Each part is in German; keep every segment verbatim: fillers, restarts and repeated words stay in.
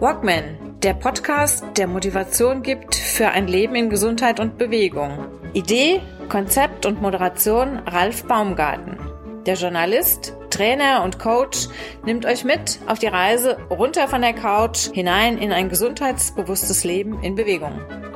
Walkman, der Podcast, der Motivation gibt für ein Leben in Gesundheit und Bewegung. Idee, Konzept und Moderation Ralf Baumgarten. Der Journalist, Trainer und Coach nimmt euch mit auf die Reise runter von der Couch hinein in ein gesundheitsbewusstes Leben in Bewegung.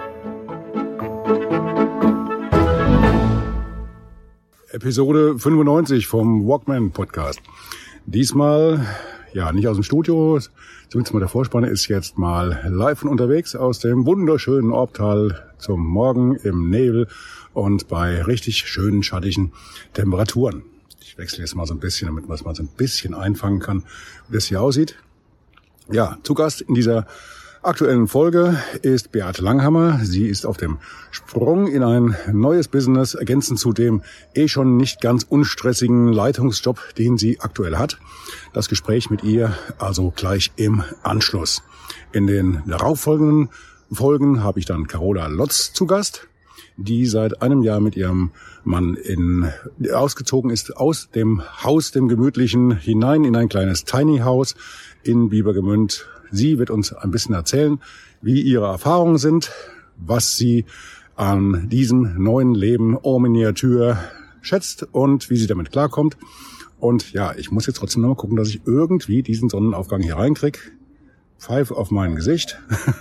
Episode fünfundneunzig vom Walkman Podcast. Diesmal, ja, nicht aus dem Studio, zumindest mal der Vorspann ist jetzt mal live und unterwegs aus dem wunderschönen Orbtal zum Morgen im Nebel und bei richtig schönen schattigen Temperaturen. Ich wechsle jetzt mal so ein bisschen, damit man es mal so ein bisschen einfangen kann, wie das hier aussieht. Ja, zu Gast in dieser aktuellen Folge ist Beate Langhammer. Sie ist auf dem Sprung in ein neues Business, ergänzend zu dem eh schon nicht ganz unstressigen Leitungsjob, den sie aktuell hat. Das Gespräch mit ihr also gleich im Anschluss. In den darauffolgenden Folgen habe ich dann Carola Lotz zu Gast, die seit einem Jahr mit ihrem Mann in, ausgezogen ist aus dem Haus, dem gemütlichen, hinein in ein kleines Tiny House in Biebergemünd. Sie wird uns ein bisschen erzählen, wie ihre Erfahrungen sind, was sie an diesem neuen Leben en Miniatur schätzt und wie sie damit klarkommt. Und ja, ich muss jetzt trotzdem noch mal gucken, dass ich irgendwie diesen Sonnenaufgang hier reinkriege. Pfeife auf mein Gesicht.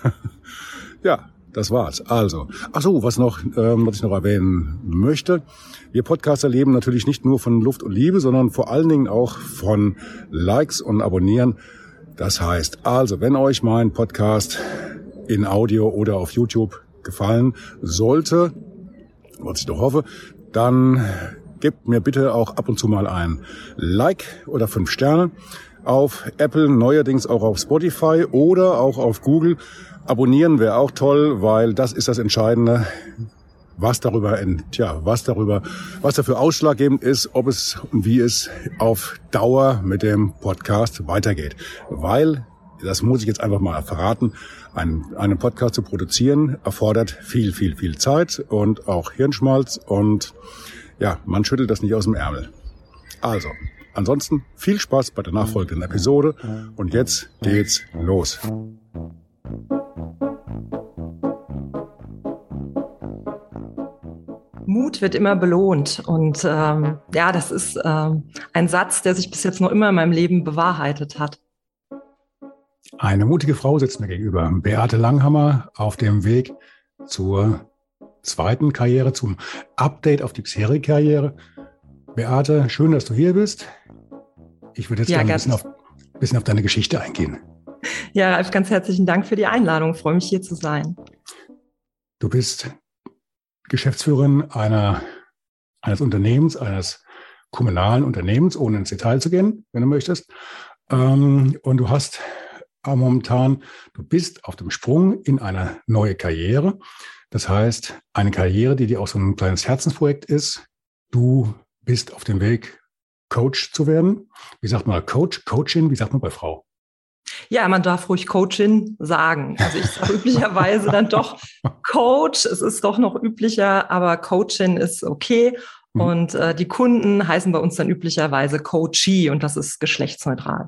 Ja, das war's. Also, ach so, was noch, ähm, was ich noch erwähnen möchte. Wir Podcaster leben natürlich nicht nur von Luft und Liebe, sondern vor allen Dingen auch von Likes und Abonnieren. Das heißt, also, wenn euch mein Podcast in Audio oder auf YouTube gefallen sollte, was ich doch hoffe, dann gebt mir bitte auch ab und zu mal ein Like oder fünf Sterne auf Apple, neuerdings auch auf Spotify oder auch auf Google. Abonnieren wäre auch toll, weil das ist das Entscheidende, was darüber, tja, was darüber, was dafür ausschlaggebend ist, ob es und wie es auf Dauer mit dem Podcast weitergeht. Weil, das muss ich jetzt einfach mal verraten, einen, einen Podcast zu produzieren erfordert viel, viel, viel Zeit und auch Hirnschmalz und ja, man schüttelt das nicht aus dem Ärmel. Also, ansonsten viel Spaß bei der nachfolgenden Episode und jetzt geht's los. Mut wird immer belohnt und ähm, ja, das ist ähm, ein Satz, der sich bis jetzt noch immer in meinem Leben bewahrheitet hat. Eine mutige Frau sitzt mir gegenüber, Beate Langhammer, auf dem Weg zur zweiten Karriere, zum Update auf die bisherige Karriere. Beate, schön, dass du hier bist. Ich würde jetzt ja, gerne ein bisschen auf, ein bisschen auf deine Geschichte eingehen. Ja, Ralf, ganz herzlichen Dank für die Einladung. Ich freue mich, hier zu sein. Du bist Geschäftsführerin einer, eines Unternehmens, eines kommunalen Unternehmens, ohne ins Detail zu gehen, wenn du möchtest. Ähm, und du hast momentan, du bist auf dem Sprung in eine neue Karriere. Das heißt, eine Karriere, die dir auch so ein kleines Herzensprojekt ist. Du bist auf dem Weg, Coach zu werden. Wie sagt man Coach, Coachin, wie sagt man bei Frau? Ja, man darf ruhig Coachin sagen. Also ich sage üblicherweise dann doch Coach. Es ist doch noch üblicher, aber Coachin ist okay. Mhm. Und äh, die Kunden heißen bei uns dann üblicherweise Coachee und das ist geschlechtsneutral.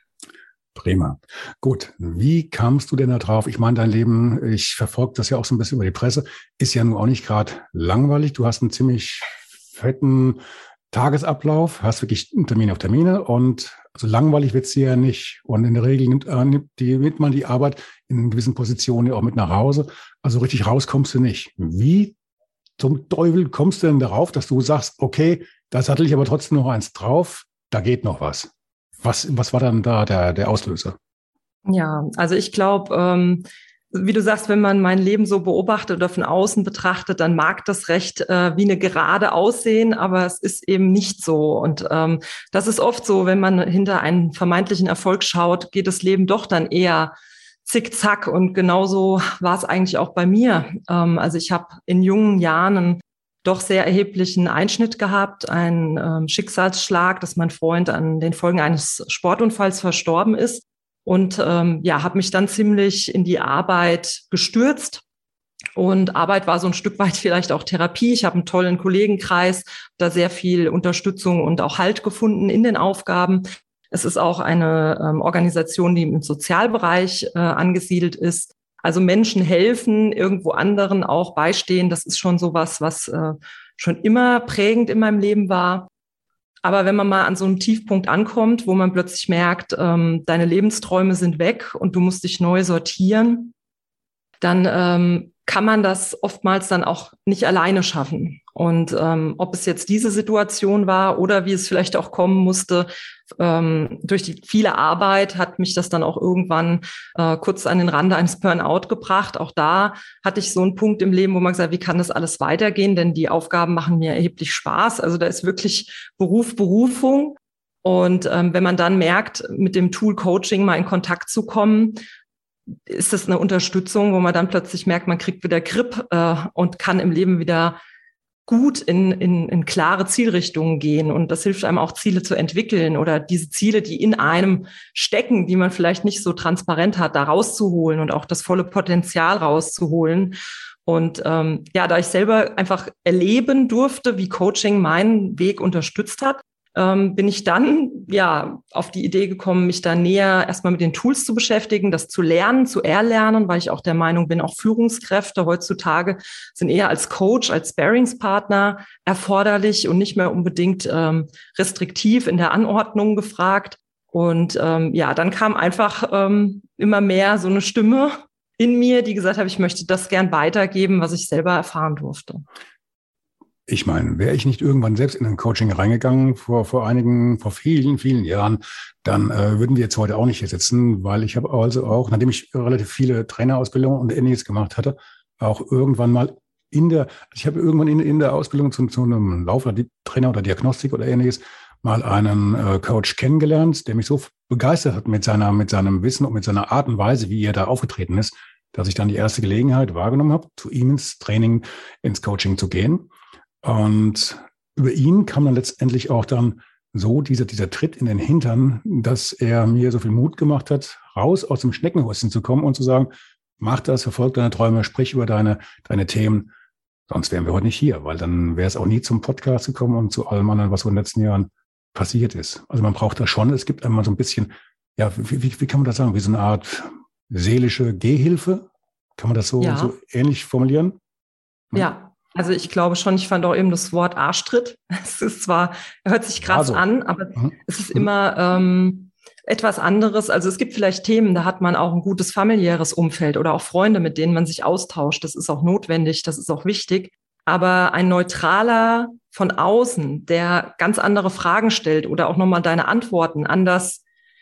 Prima. Gut. Wie kamst du denn da drauf? Ich meine, dein Leben, ich verfolge das ja auch so ein bisschen über die Presse, ist ja nun auch nicht gerade langweilig. Du hast einen ziemlich fetten Tagesablauf, hast wirklich Termine auf Termine und also langweilig wird's dir ja nicht. Und in der Regel nimmt, äh, nimmt, die, nimmt man die Arbeit in gewissen Positionen ja auch mit nach Hause. Also richtig raus kommst du nicht. Wie zum Teufel kommst du denn darauf, dass du sagst, okay, da sattel ich aber trotzdem noch eins drauf, da geht noch was. Was, was war dann da der, der Auslöser? Ja, also ich glaube, ähm, wie du sagst, wenn man mein Leben so beobachtet oder von außen betrachtet, dann mag das recht äh, wie eine Gerade aussehen, aber es ist eben nicht so. Und ähm, das ist oft so, wenn man hinter einen vermeintlichen Erfolg schaut, geht das Leben doch dann eher zickzack. Und genauso war es eigentlich auch bei mir. Ähm, also ich habe in jungen Jahren einen doch sehr erheblichen Einschnitt gehabt, einen ähm, Schicksalsschlag, dass mein Freund an den Folgen eines Sportunfalls verstorben ist. Und ähm, ja, habe mich dann ziemlich in die Arbeit gestürzt. Und Arbeit war so ein Stück weit vielleicht auch Therapie. Ich habe einen tollen Kollegenkreis, da sehr viel Unterstützung und auch Halt gefunden in den Aufgaben. Es ist auch eine ähm, Organisation, die im Sozialbereich äh, angesiedelt ist. Also Menschen helfen, irgendwo anderen auch beistehen. Das ist schon sowas, was äh, schon immer prägend in meinem Leben war. Aber wenn man mal an so einen Tiefpunkt ankommt, wo man plötzlich merkt, ähm, deine Lebensträume sind weg und du musst dich neu sortieren, dann ähm, kann man das oftmals dann auch nicht alleine schaffen. Und ähm, ob es jetzt diese Situation war oder wie es vielleicht auch kommen musste, ähm, durch die viele Arbeit hat mich das dann auch irgendwann äh, kurz an den Rande eines Burnout gebracht. Auch da hatte ich so einen Punkt im Leben, wo man gesagt hat, wie kann das alles weitergehen? Denn die Aufgaben machen mir erheblich Spaß. Also da ist wirklich Beruf, Berufung. Und ähm, wenn man dann merkt, mit dem Tool Coaching mal in Kontakt zu kommen, ist das eine Unterstützung, wo man dann plötzlich merkt, man kriegt wieder Grip äh, und kann im Leben wieder gut in, in, in klare Zielrichtungen gehen. Und das hilft einem auch, Ziele zu entwickeln oder diese Ziele, die in einem stecken, die man vielleicht nicht so transparent hat, da rauszuholen und auch das volle Potenzial rauszuholen. Und ähm, ja, da ich selber einfach erleben durfte, wie Coaching meinen Weg unterstützt hat, ähm, bin ich dann ja auf die Idee gekommen, mich da näher erstmal mit den Tools zu beschäftigen, das zu lernen, zu erlernen, weil ich auch der Meinung bin, auch Führungskräfte heutzutage sind eher als Coach, als Sparingspartner erforderlich und nicht mehr unbedingt ähm, restriktiv in der Anordnung gefragt. Und ähm, ja, dann kam einfach ähm, immer mehr so eine Stimme in mir, die gesagt hat, ich möchte das gern weitergeben, was ich selber erfahren durfte. Ich meine, wäre ich nicht irgendwann selbst in ein Coaching reingegangen vor vor einigen, vor vielen, vielen Jahren, dann äh, würden wir jetzt heute auch nicht hier sitzen, weil ich habe also auch, nachdem ich relativ viele Trainerausbildungen und Ähnliches gemacht hatte, auch irgendwann mal in der, ich habe irgendwann in, in der Ausbildung zu, zu einem Lauftrainer oder Diagnostik oder Ähnliches mal einen äh, Coach kennengelernt, der mich so begeistert hat mit seiner, mit seinem Wissen und mit seiner Art und Weise, wie er da aufgetreten ist, dass ich dann die erste Gelegenheit wahrgenommen habe, zu ihm ins Training, ins Coaching zu gehen. Und über ihn kam dann letztendlich auch dann so dieser, dieser Tritt in den Hintern, dass er mir so viel Mut gemacht hat, raus aus dem Schneckenhäuschen zu kommen und zu sagen, mach das, verfolg deine Träume, sprich über deine, deine Themen. Sonst wären wir heute nicht hier, weil dann wäre es auch nie zum Podcast gekommen und zu allem anderen, was so in den letzten Jahren passiert ist. Also man braucht das schon. Es gibt einmal so ein bisschen, ja, wie, wie, wie kann man das sagen, wie so eine Art seelische Gehhilfe? Kann man das so, ja. so ähnlich formulieren? Hm? Ja. Also ich glaube schon, ich fand auch eben das Wort Arschtritt. Es ist zwar, hört sich krass also. an, aber mhm. es ist immer ähm, etwas anderes. Also es gibt vielleicht Themen, da hat man auch ein gutes familiäres Umfeld oder auch Freunde, mit denen man sich austauscht. Das ist auch notwendig, das ist auch wichtig. Aber ein neutraler von außen, der ganz andere Fragen stellt oder auch nochmal deine Antworten anders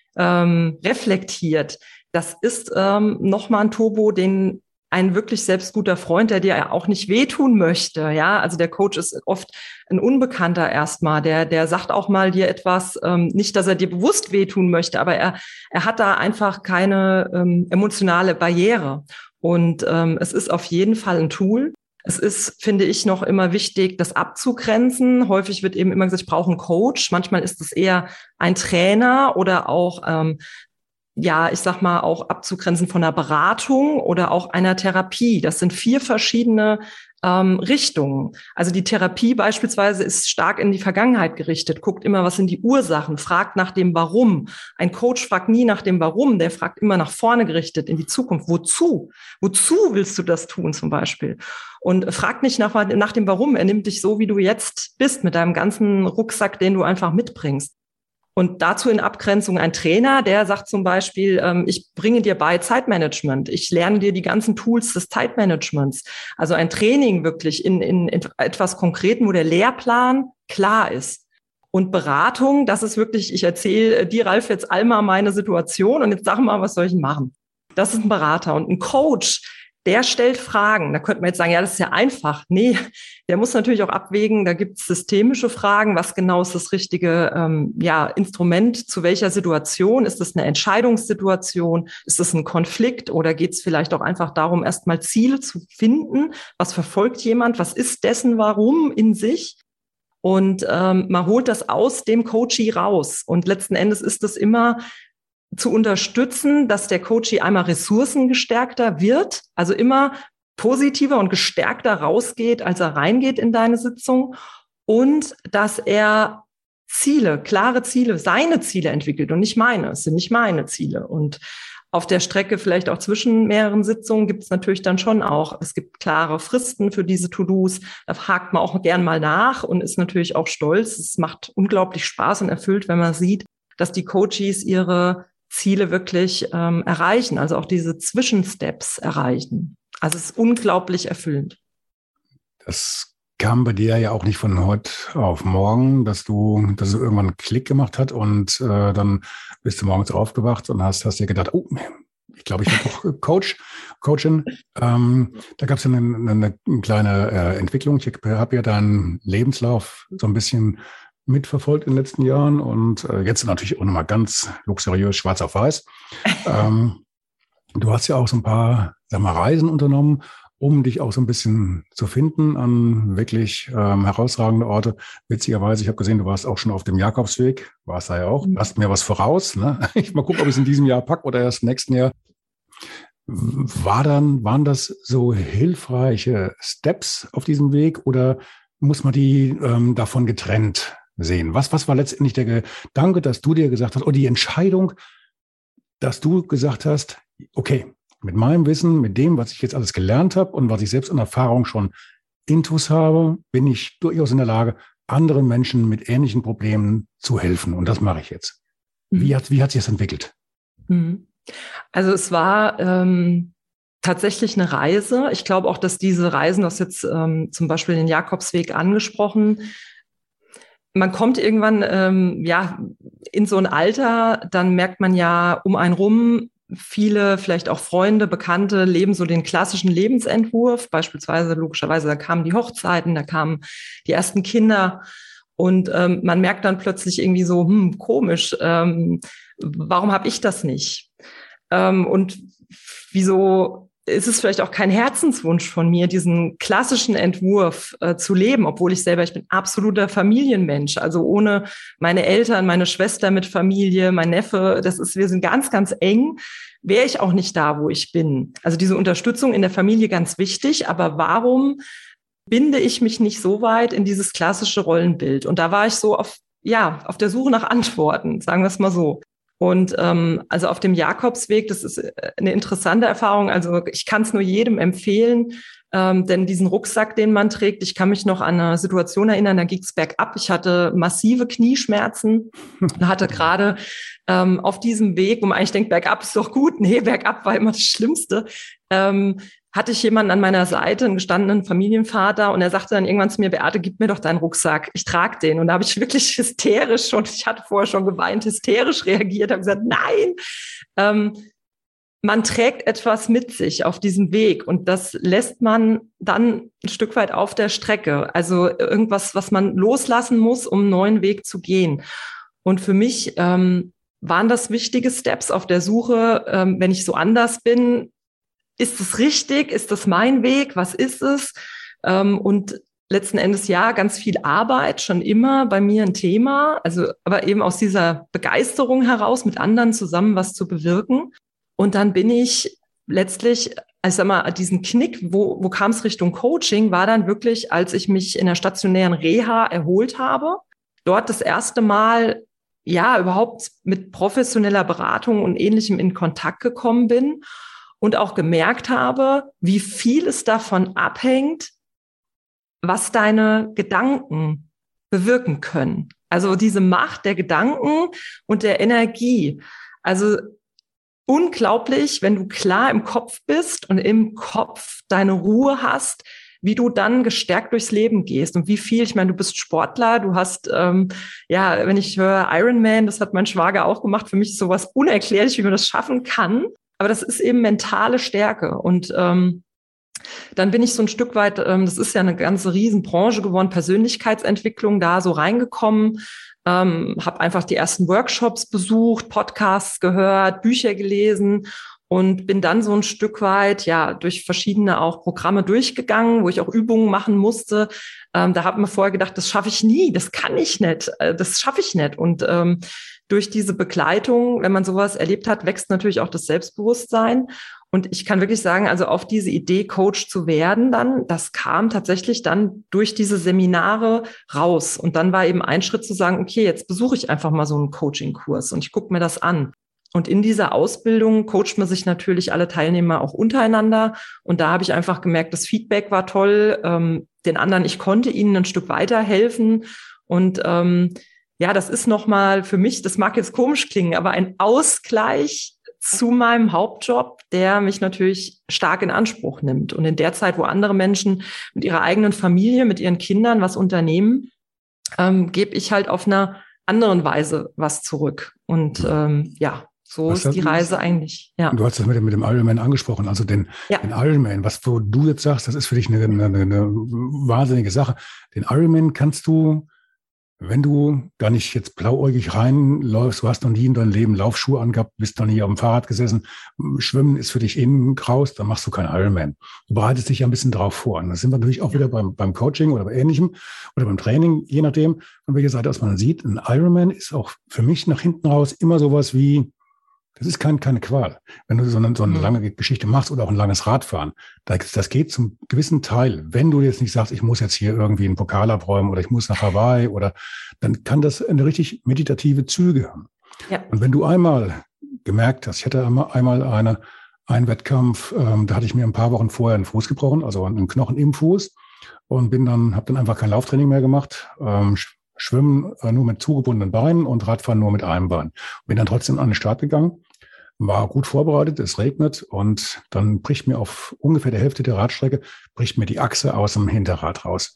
ähm, reflektiert, das ist ähm, nochmal ein Turbo, den ein wirklich selbst guter Freund, der dir auch nicht wehtun möchte, ja, also der Coach ist oft ein Unbekannter erstmal, der der sagt auch mal dir etwas, ähm, nicht, dass er dir bewusst wehtun möchte, aber er er hat da einfach keine ähm, emotionale Barriere und ähm, es ist auf jeden Fall ein Tool. Es ist, finde ich, noch immer wichtig, das abzugrenzen. Häufig wird eben immer gesagt, ich brauche einen Coach. Manchmal ist es eher ein Trainer oder auch ähm, ja, ich sag mal, auch abzugrenzen von einer Beratung oder auch einer Therapie. Das sind vier verschiedene ähm, Richtungen. Also die Therapie beispielsweise ist stark in die Vergangenheit gerichtet, guckt immer, was sind die Ursachen, fragt nach dem Warum. Ein Coach fragt nie nach dem Warum, der fragt immer nach vorne gerichtet, in die Zukunft. Wozu? Wozu willst du das tun zum Beispiel? Und fragt nicht nach, nach dem Warum. Er nimmt dich so, wie du jetzt bist, mit deinem ganzen Rucksack, den du einfach mitbringst. Und dazu in Abgrenzung ein Trainer, der sagt zum Beispiel, ähm, ich bringe dir bei Zeitmanagement, ich lerne dir die ganzen Tools des Zeitmanagements. Also ein Training wirklich in, in, in etwas Konkreten, wo der Lehrplan klar ist. Und Beratung, das ist wirklich, ich erzähle dir, Ralf, jetzt einmal meine Situation und jetzt sag mal, was soll ich machen? Das ist ein Berater. Und ein Coach, der stellt Fragen. Da könnte man jetzt sagen, ja, das ist ja einfach. Nee, der muss natürlich auch abwägen, da gibt es systemische Fragen. Was genau ist das richtige ähm, ja, Instrument? Zu welcher Situation? Ist das eine Entscheidungssituation? Ist das ein Konflikt? Oder geht es vielleicht auch einfach darum, erstmal Ziele zu finden? Was verfolgt jemand? Was ist dessen Warum in sich? Und ähm, man holt das aus dem Coachee raus. Und letzten Endes ist das immer zu unterstützen, dass der Coachee einmal ressourcengestärkter wird, also immer positiver und gestärkter rausgeht, als er reingeht in deine Sitzung und dass er Ziele, klare Ziele, seine Ziele entwickelt und nicht meine. Es sind nicht meine Ziele. Und auf der Strecke vielleicht auch zwischen mehreren Sitzungen gibt es natürlich dann schon auch, es gibt klare Fristen für diese To-Dos. Da hakt man auch gern mal nach und ist natürlich auch stolz. Es macht unglaublich Spaß und erfüllt, wenn man sieht, dass die Coaches ihre Ziele wirklich ähm, erreichen, also auch diese Zwischensteps erreichen. Also es ist unglaublich erfüllend. Das kam bei dir ja auch nicht von heute auf morgen, dass du, dass es irgendwann einen Klick gemacht hat und äh, dann bist du morgens aufgewacht und hast, hast dir gedacht, oh, ich glaube, ich bin auch Coach, Coachin. Ähm, da gab es eine, eine, eine kleine äh, Entwicklung. Ich habe ja deinen Lebenslauf so ein bisschen mitverfolgt in den letzten Jahren und äh, jetzt natürlich auch nochmal ganz luxuriös schwarz auf weiß. ähm, du hast ja auch so ein paar, sag mal, Reisen unternommen, um dich auch so ein bisschen zu finden an wirklich ähm, herausragende Orte. Witzigerweise, ich habe gesehen, du warst auch schon auf dem Jakobsweg, warst da ja auch, du hast mir was voraus. Ne? Ich mal gucken, ob ich es in diesem Jahr packe oder erst im nächsten Jahr. War dann, waren das so hilfreiche Steps auf diesem Weg oder muss man die ähm, davon getrennt sehen? Was, was war letztendlich der Gedanke, dass du dir gesagt hast, oder die Entscheidung, dass du gesagt hast, okay, mit meinem Wissen, mit dem, was ich jetzt alles gelernt habe und was ich selbst an Erfahrung schon intus habe, bin ich durchaus in der Lage, anderen Menschen mit ähnlichen Problemen zu helfen. Und das mache ich jetzt. Mhm. Wie hat, wie hat sich das entwickelt? Also es war ähm, tatsächlich eine Reise. Ich glaube auch, dass diese Reisen, du hast jetzt ähm, zum Beispiel den Jakobsweg angesprochen, man kommt irgendwann ähm, ja in so ein Alter, dann merkt man ja um einen rum, viele, vielleicht auch Freunde, Bekannte leben so den klassischen Lebensentwurf. Beispielsweise, logischerweise, da kamen die Hochzeiten, da kamen die ersten Kinder. Und ähm, man merkt dann plötzlich irgendwie so, hm, komisch, ähm, warum habe ich das nicht? Ähm, und wieso ist es vielleicht auch kein Herzenswunsch von mir, diesen klassischen Entwurf äh, zu leben, obwohl ich selber, ich bin absoluter Familienmensch. Also ohne meine Eltern, meine Schwester mit Familie, mein Neffe, das ist, wir sind ganz, ganz eng, wäre ich auch nicht da, wo ich bin. Also diese Unterstützung in der Familie ganz wichtig, aber warum binde ich mich nicht so weit in dieses klassische Rollenbild? Und da war ich so auf, ja, auf der Suche nach Antworten, sagen wir es mal so. Und ähm, also auf dem Jakobsweg, das ist eine interessante Erfahrung. Also ich kann es nur jedem empfehlen, ähm, denn diesen Rucksack, den man trägt, ich kann mich noch an eine Situation erinnern, da ging es bergab. Ich hatte massive Knieschmerzen und hatte gerade ähm, auf diesem Weg, wo man eigentlich denkt, bergab ist doch gut. Nee, bergab war immer das Schlimmste. Ähm, hatte ich jemanden an meiner Seite, einen gestandenen Familienvater, und er sagte dann irgendwann zu mir, Beate, gib mir doch deinen Rucksack, ich trage den. Und da habe ich wirklich hysterisch schon, ich hatte vorher schon geweint, hysterisch reagiert, habe gesagt, nein, ähm, man trägt etwas mit sich auf diesem Weg und das lässt man dann ein Stück weit auf der Strecke. Also irgendwas, was man loslassen muss, um einen neuen Weg zu gehen. Und für mich ähm, waren das wichtige Steps auf der Suche, ähm, wenn ich so anders bin, ist es richtig? Ist das mein Weg? Was ist es? Ähm, und letzten Endes, ja, ganz viel Arbeit, schon immer bei mir ein Thema. Also, aber eben aus dieser Begeisterung heraus, mit anderen zusammen was zu bewirken. Und dann bin ich letztlich, also sag mal, diesen Knick, wo, wo kam es Richtung Coaching, war dann wirklich, als ich mich in der stationären Reha erholt habe. Dort das erste Mal, ja, überhaupt mit professioneller Beratung und Ähnlichem in Kontakt gekommen bin. Und auch gemerkt habe, wie viel es davon abhängt, was deine Gedanken bewirken können. Also diese Macht der Gedanken und der Energie. Also unglaublich, wenn du klar im Kopf bist und im Kopf deine Ruhe hast, wie du dann gestärkt durchs Leben gehst und wie viel, ich meine, du bist Sportler, du hast, ähm, ja, wenn ich höre Ironman, das hat mein Schwager auch gemacht, für mich ist sowas unerklärlich, wie man das schaffen kann. Aber das ist eben mentale Stärke. Und ähm, dann bin ich so ein Stück weit, ähm, das ist ja eine ganze Riesenbranche geworden, Persönlichkeitsentwicklung, da so reingekommen, ähm, habe einfach die ersten Workshops besucht, Podcasts gehört, Bücher gelesen und bin dann so ein Stück weit ja durch verschiedene auch Programme durchgegangen, wo ich auch Übungen machen musste. Ähm, da habe ich mir vorher gedacht, das schaffe ich nie, das kann ich nicht, äh, das schaffe ich nicht. Und ähm, durch diese Begleitung, wenn man sowas erlebt hat, wächst natürlich auch das Selbstbewusstsein. Und ich kann wirklich sagen, also auf diese Idee, Coach zu werden dann, das kam tatsächlich dann durch diese Seminare raus. Und dann war eben ein Schritt zu sagen, okay, jetzt besuche ich einfach mal so einen Coaching-Kurs und ich gucke mir das an. Und in dieser Ausbildung coacht man sich natürlich alle Teilnehmer auch untereinander. Und da habe ich einfach gemerkt, das Feedback war toll. Ähm, den anderen, ich konnte ihnen ein Stück weiterhelfen. Und ähm, ja, das ist nochmal für mich, das mag jetzt komisch klingen, aber ein Ausgleich zu meinem Hauptjob, der mich natürlich stark in Anspruch nimmt. Und in der Zeit, wo andere Menschen mit ihrer eigenen Familie, mit ihren Kindern was unternehmen, ähm, gebe ich halt auf einer anderen Weise was zurück. Und ähm, ja, so was ist die Reise eigentlich. Ja. Du hast das mit dem, mit dem Ironman angesprochen, also den, ja. den Ironman, was wo du jetzt sagst, das ist für dich eine, eine, eine wahnsinnige Sache. Den Ironman kannst du, wenn du da nicht jetzt blauäugig reinläufst, du hast noch nie in deinem Leben Laufschuhe angehabt, bist noch nie auf dem Fahrrad gesessen, Schwimmen ist für dich innen graus, dann machst du keinen Ironman. Du bereitest dich ja ein bisschen drauf vor. Und das sind wir natürlich auch ja. wieder beim, beim Coaching oder bei Ähnlichem oder beim Training, je nachdem, von welcher Seite aus man sieht. Ein Ironman ist auch für mich nach hinten raus immer sowas wie, das ist kein, keine Qual. Wenn du so eine, so eine lange Geschichte machst oder auch ein langes Radfahren, das, das geht zum gewissen Teil. Wenn du jetzt nicht sagst, ich muss jetzt hier irgendwie einen Pokal abräumen oder ich muss nach Hawaii oder, dann kann das eine richtig meditative Züge haben. Ja. Und wenn du einmal gemerkt hast, ich hatte einmal, einmal eine, einen Wettkampf, ähm, da hatte ich mir ein paar Wochen vorher einen Fuß gebrochen, also einen Knochen im Fuß und bin dann, habe dann einfach kein Lauftraining mehr gemacht, ähm, Schwimmen äh, nur mit zugebundenen Beinen und Radfahren nur mit einem Bein. Bin dann trotzdem an den Start gegangen, war gut vorbereitet, es regnet und dann bricht mir auf ungefähr der Hälfte der Radstrecke, bricht mir die Achse aus dem Hinterrad raus.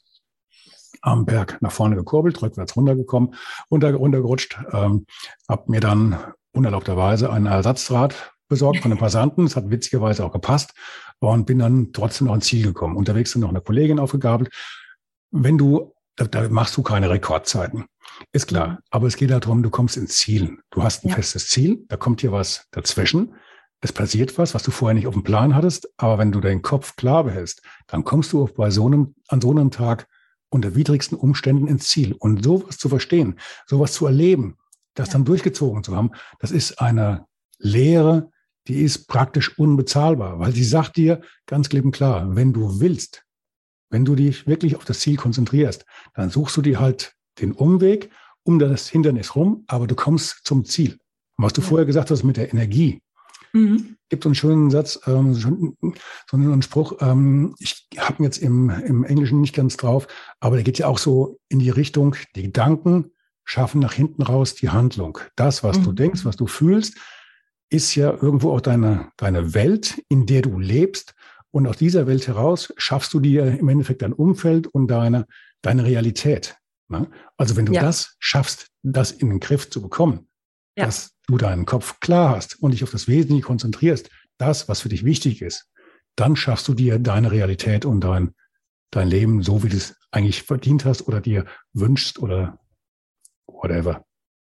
Am Berg nach vorne gekurbelt, rückwärts runtergekommen, runter, runtergerutscht, ähm, hab mir dann unerlaubterweise ein Ersatzrad besorgt von einem Passanten. Das hat witzigerweise auch gepasst und bin dann trotzdem noch ins Ziel gekommen. Unterwegs sind noch eine Kollegin aufgegabelt. Wenn du Da, da machst du keine Rekordzeiten. Ist klar. Aber es geht darum, du kommst ins Ziel. Du hast ein ja. festes Ziel. Da kommt dir was dazwischen. Es passiert was, was du vorher nicht auf dem Plan hattest. Aber wenn du deinen Kopf klar behältst, dann kommst du auch bei so einem, an so einem Tag unter widrigsten Umständen ins Ziel. Und sowas zu verstehen, sowas zu erleben, das ja. dann durchgezogen zu haben, das ist eine Lehre, die ist praktisch unbezahlbar. Weil sie sagt dir ganz klipp und klar, wenn du willst, wenn du dich wirklich auf das Ziel konzentrierst, dann suchst du dir halt den Umweg um das Hindernis rum, aber du kommst zum Ziel. Und was du ja. vorher gesagt hast mit der Energie, mhm. gibt so einen schönen Satz, ähm, so einen Spruch, ähm, ich habe ihn jetzt im, im Englischen nicht ganz drauf, aber der geht ja auch so in die Richtung, die Gedanken schaffen nach hinten raus die Handlung. Das, was mhm. du denkst, was du fühlst, ist ja irgendwo auch deine, deine Welt, in der du lebst. Und aus dieser Welt heraus schaffst du dir im Endeffekt dein Umfeld und deine, deine Realität. Ne? Also wenn du ja. das schaffst, das in den Griff zu bekommen, ja. dass du deinen Kopf klar hast und dich auf das Wesentliche konzentrierst, das, was für dich wichtig ist, dann schaffst du dir deine Realität und dein, dein Leben so, wie du es eigentlich verdient hast oder dir wünschst oder whatever.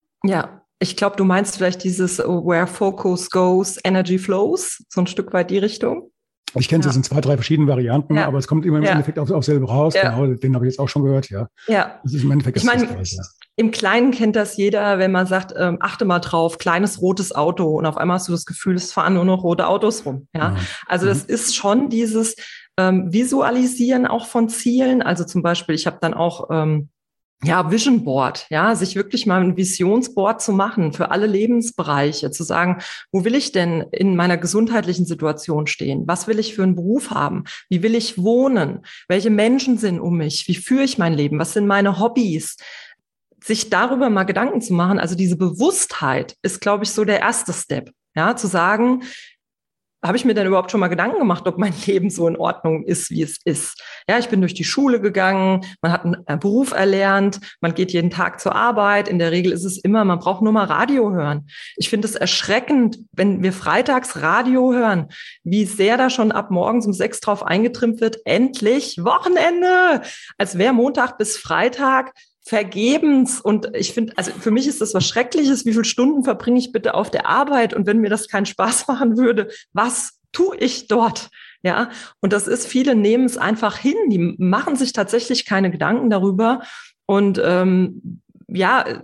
Ja, ich glaube, du meinst vielleicht dieses Where Focus Goes, Energy Flows, so ein Stück weit die Richtung. Ich kenne es ja. in zwei, drei verschiedenen Varianten, ja. aber es kommt immer im ja. Endeffekt auf, auf selber raus. Ja. Genau, den habe ich jetzt auch schon gehört, ja. Ja. Das ist im Endeffekt ich meine, im Kleinen kennt das jeder, wenn man sagt, ähm, achte mal drauf, kleines rotes Auto und auf einmal hast du das Gefühl, es fahren nur noch rote Autos rum. Ja. Mhm. Also das mhm. ist schon dieses ähm, Visualisieren auch von Zielen. Also zum Beispiel, ich habe dann auch ähm, ja, Vision Board, ja, sich wirklich mal ein Visionsboard zu machen für alle Lebensbereiche, zu sagen, wo will ich denn in meiner gesundheitlichen Situation stehen? Was will ich für einen Beruf haben? Wie will ich wohnen? Welche Menschen sind um mich? Wie führe ich mein Leben? Was sind meine Hobbys? Sich darüber mal Gedanken zu machen, also diese Bewusstheit ist, glaube ich, so der erste Step, ja, zu sagen, habe ich mir denn überhaupt schon mal Gedanken gemacht, ob mein Leben so in Ordnung ist, wie es ist? Ja, ich bin durch die Schule gegangen, man hat einen Beruf erlernt, man geht jeden Tag zur Arbeit. In der Regel ist es immer, man braucht nur mal Radio hören. Ich finde es erschreckend, wenn wir freitags Radio hören, wie sehr da schon ab morgens um sechs drauf eingetrimmt wird, endlich Wochenende, als wäre Montag bis Freitag vergebens. Und ich finde, also für mich ist das was Schreckliches. Wie viele Stunden verbringe ich bitte auf der Arbeit? Und wenn mir das keinen Spaß machen würde, was tue ich dort? Ja, und das ist, viele nehmen es einfach hin. Die machen sich tatsächlich keine Gedanken darüber. Und ähm, ja,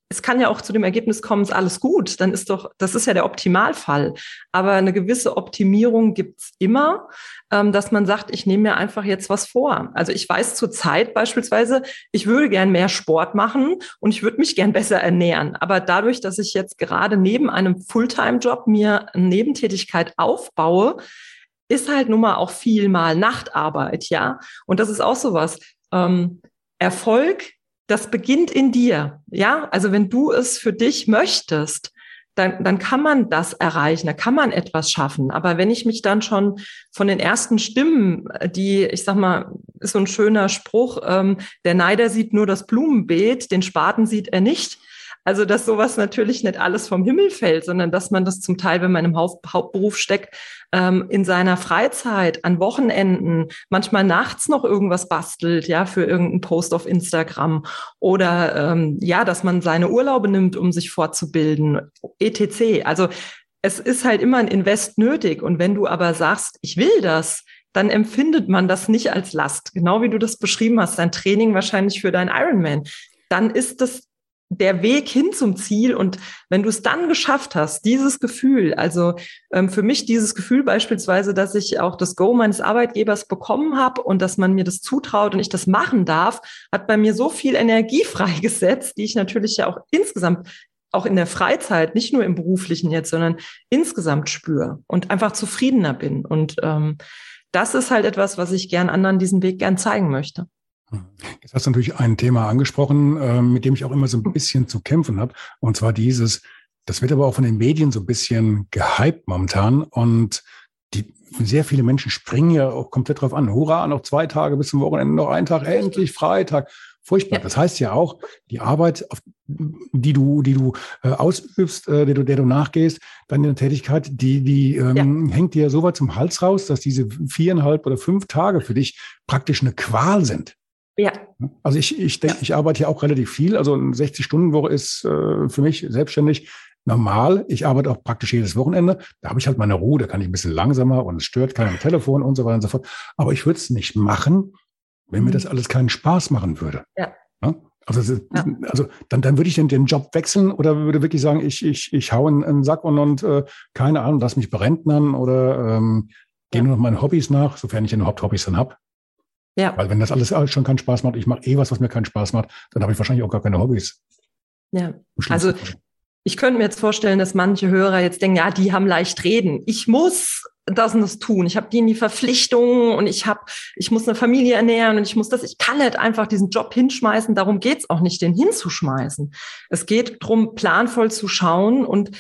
es kann ja auch zu dem Ergebnis kommen, ist alles gut, dann ist doch, das ist ja der Optimalfall. Aber eine gewisse Optimierung gibt's immer, ähm, dass man sagt, ich nehme mir einfach jetzt was vor. Also ich weiß zurzeit beispielsweise, ich würde gern mehr Sport machen und ich würde mich gern besser ernähren. Aber dadurch, dass ich jetzt gerade neben einem Fulltime-Job mir eine Nebentätigkeit aufbaue, ist halt nun mal auch viel mal Nachtarbeit, ja. Und das ist auch sowas. Ähm, Erfolg, das beginnt in dir, ja. Also wenn du es für dich möchtest, dann, dann kann man das erreichen, da kann man etwas schaffen. Aber wenn ich mich dann schon von den ersten Stimmen, die, ich sag mal, ist so ein schöner Spruch, ähm, der Neider sieht nur das Blumenbeet, den Spaten sieht er nicht. Also, dass sowas natürlich nicht alles vom Himmel fällt, sondern dass man das zum Teil, wenn man im Haupt- Hauptberuf steckt, ähm, in seiner Freizeit, an Wochenenden, manchmal nachts noch irgendwas bastelt, ja, für irgendeinen Post auf Instagram oder, ähm, ja, dass man seine Urlaube nimmt, um sich fortzubilden, et cetera. Also, es ist halt immer ein Invest nötig. Und wenn du aber sagst, ich will das, dann empfindet man das nicht als Last. Genau wie du das beschrieben hast, dein Training wahrscheinlich für dein Ironman. Dann ist das der Weg hin zum Ziel. Und wenn du es dann geschafft hast, dieses Gefühl, also ähm, für mich dieses Gefühl beispielsweise, dass ich auch das Go meines Arbeitgebers bekommen habe und dass man mir das zutraut und ich das machen darf, hat bei mir so viel Energie freigesetzt, die ich natürlich ja auch insgesamt auch in der Freizeit, nicht nur im Beruflichen jetzt, sondern insgesamt spüre und einfach zufriedener bin. Und ähm, das ist halt etwas, was ich gern anderen diesen Weg gern zeigen möchte. Jetzt hast du natürlich ein Thema angesprochen, äh, mit dem ich auch immer so ein bisschen zu kämpfen habe. Und zwar dieses, das wird aber auch von den Medien so ein bisschen gehypt momentan. Und die sehr viele Menschen springen ja auch komplett drauf an. Hurra, noch zwei Tage bis zum Wochenende, noch ein Tag, endlich Freitag. Furchtbar. Ja. Das heißt ja auch, die Arbeit, auf, die du, die du äh, ausübst, äh, der, du, der du nachgehst, deine Tätigkeit, die, die ähm, ja. hängt dir so weit zum Hals raus, dass diese viereinhalb oder fünf Tage für dich praktisch eine Qual sind. Ja. Also ich, ich denke, ja. ich arbeite ja auch relativ viel. Also eine sechzig-Stunden-Woche ist äh, für mich selbstständig normal. Ich arbeite auch praktisch jedes Wochenende. Da habe ich halt meine Ruhe, da kann ich ein bisschen langsamer und es stört keiner am Telefon und so weiter und so fort. Aber ich würde es nicht machen, wenn mir das alles keinen Spaß machen würde. Ja. Ja? Also, ja. also dann, dann würde ich den, den Job wechseln oder würde wirklich sagen, ich, ich, ich hau in einen Sack und, und äh, keine Ahnung, lass mich berentnern oder ähm, gehe ja. nur noch meinen Hobbys nach, sofern ich überhaupt Hobbys dann habe. Ja. Weil wenn das alles schon keinen Spaß macht, ich mache eh was, was mir keinen Spaß macht, dann habe ich wahrscheinlich auch gar keine Hobbys. Ja, also ich könnte mir jetzt vorstellen, dass manche Hörer jetzt denken, ja, die haben leicht reden. Ich muss das und das tun. Ich habe die in die Verpflichtungen und ich habe, ich muss eine Familie ernähren und ich muss das. Ich kann nicht einfach diesen Job hinschmeißen. Darum geht's auch nicht, den hinzuschmeißen. Es geht darum, planvoll zu schauen. Und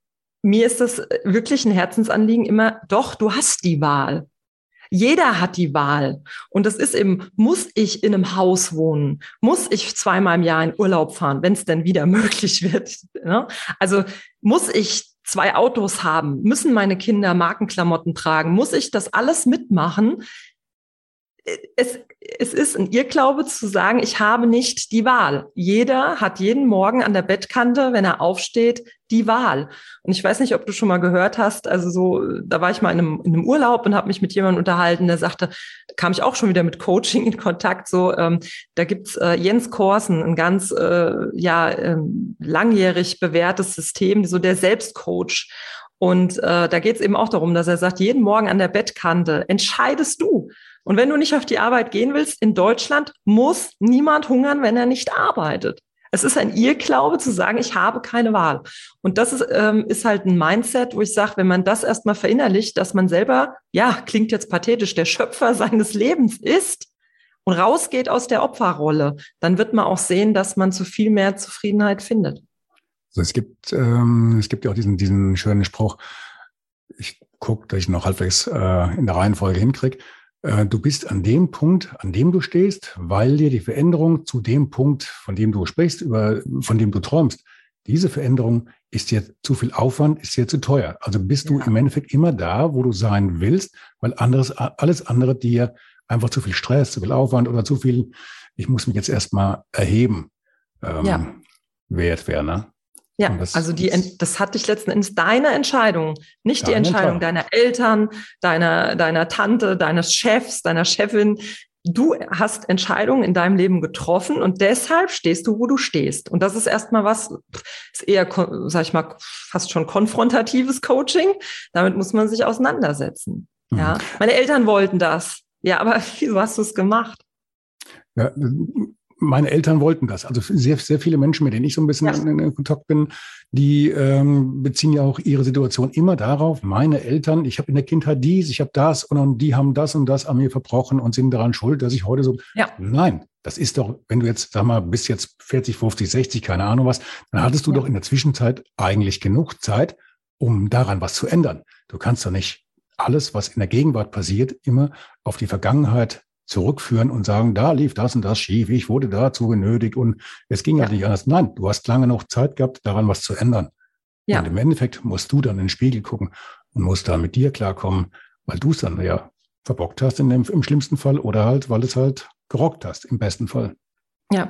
mir ist das wirklich ein Herzensanliegen immer, doch, du hast die Wahl. Jeder hat die Wahl. Und das ist eben, muss ich in einem Haus wohnen? Muss ich zweimal im Jahr in Urlaub fahren, wenn es denn wieder möglich wird? Ne? Also muss ich zwei Autos haben? Müssen meine Kinder Markenklamotten tragen? Muss ich das alles mitmachen? Es, es ist ein Irrglaube zu sagen, ich habe nicht die Wahl. Jeder hat jeden Morgen an der Bettkante, wenn er aufsteht, die Wahl. Und ich weiß nicht, ob du schon mal gehört hast, also so, da war ich mal in einem, in einem Urlaub und habe mich mit jemandem unterhalten, der sagte, kam ich auch schon wieder mit Coaching in Kontakt, so, ähm, da gibt's äh, Jens Korsen, ein ganz, äh, ja, ähm, langjährig bewährtes System, so der Selbstcoach. Und äh, da geht's eben auch darum, dass er sagt, jeden Morgen an der Bettkante entscheidest du. Und wenn du nicht auf die Arbeit gehen willst, in Deutschland muss niemand hungern, wenn er nicht arbeitet. Es ist ein Irrglaube zu sagen, ich habe keine Wahl. Und das ist, ähm, ist halt ein Mindset, wo ich sage, wenn man das erstmal verinnerlicht, dass man selber, ja, klingt jetzt pathetisch, der Schöpfer seines Lebens ist und rausgeht aus der Opferrolle, dann wird man auch sehen, dass man zu viel mehr Zufriedenheit findet. Also es gibt, ähm, es gibt ja auch diesen, diesen schönen Spruch, ich gucke, dass ich noch halbwegs äh, in der Reihenfolge hinkriege. Du bist an dem Punkt, an dem du stehst, weil dir die Veränderung zu dem Punkt, von dem du sprichst, über, von dem du träumst, diese Veränderung ist dir zu viel Aufwand, ist dir zu teuer. Also bist du ja. im Endeffekt immer da, wo du sein willst, weil anderes, alles andere dir einfach zu viel Stress, zu viel Aufwand oder zu viel, ich muss mich jetzt erstmal erheben, ähm, ja. wert wäre, ne? Ja, das, also die, das hat dich letzten Endes deine Entscheidung, nicht die Entscheidung deiner Eltern, deiner, deiner Tante, deines Chefs, deiner Chefin. du hast Entscheidungen in deinem Leben getroffen und deshalb stehst du, wo du stehst. Und das ist erstmal was, ist eher, sag ich mal, fast schon konfrontatives Coaching. Damit muss man sich auseinandersetzen. Mhm. Ja, meine Eltern wollten das. Ja, aber wieso hast du es gemacht? Ja, meine Eltern wollten das. Also sehr, sehr viele Menschen, mit denen ich so ein bisschen ja. in, in Kontakt bin, die ähm, beziehen ja auch ihre Situation immer darauf, meine Eltern, ich habe in der Kindheit dies, ich habe das und, und die haben das und das an mir verbrochen und sind daran schuld, dass ich heute so... Ja. Nein, das ist doch, wenn du jetzt, sag mal, bis jetzt vierzig, fünfzig, sechzig, keine Ahnung was, dann hattest du ja. doch in der Zwischenzeit eigentlich genug Zeit, um daran was zu ändern. Du kannst doch nicht alles, was in der Gegenwart passiert, immer auf die Vergangenheit zurückführen und sagen, da lief das und das schief, ich wurde dazu genötigt und es ging ja halt nicht anders. Nein, du hast lange noch Zeit gehabt, daran was zu ändern. Ja. Und im Endeffekt musst du dann in den Spiegel gucken und musst da mit dir klarkommen, weil du es dann ja verbockt hast in dem, im schlimmsten Fall oder halt, weil es halt gerockt hast, im besten Fall. Ja.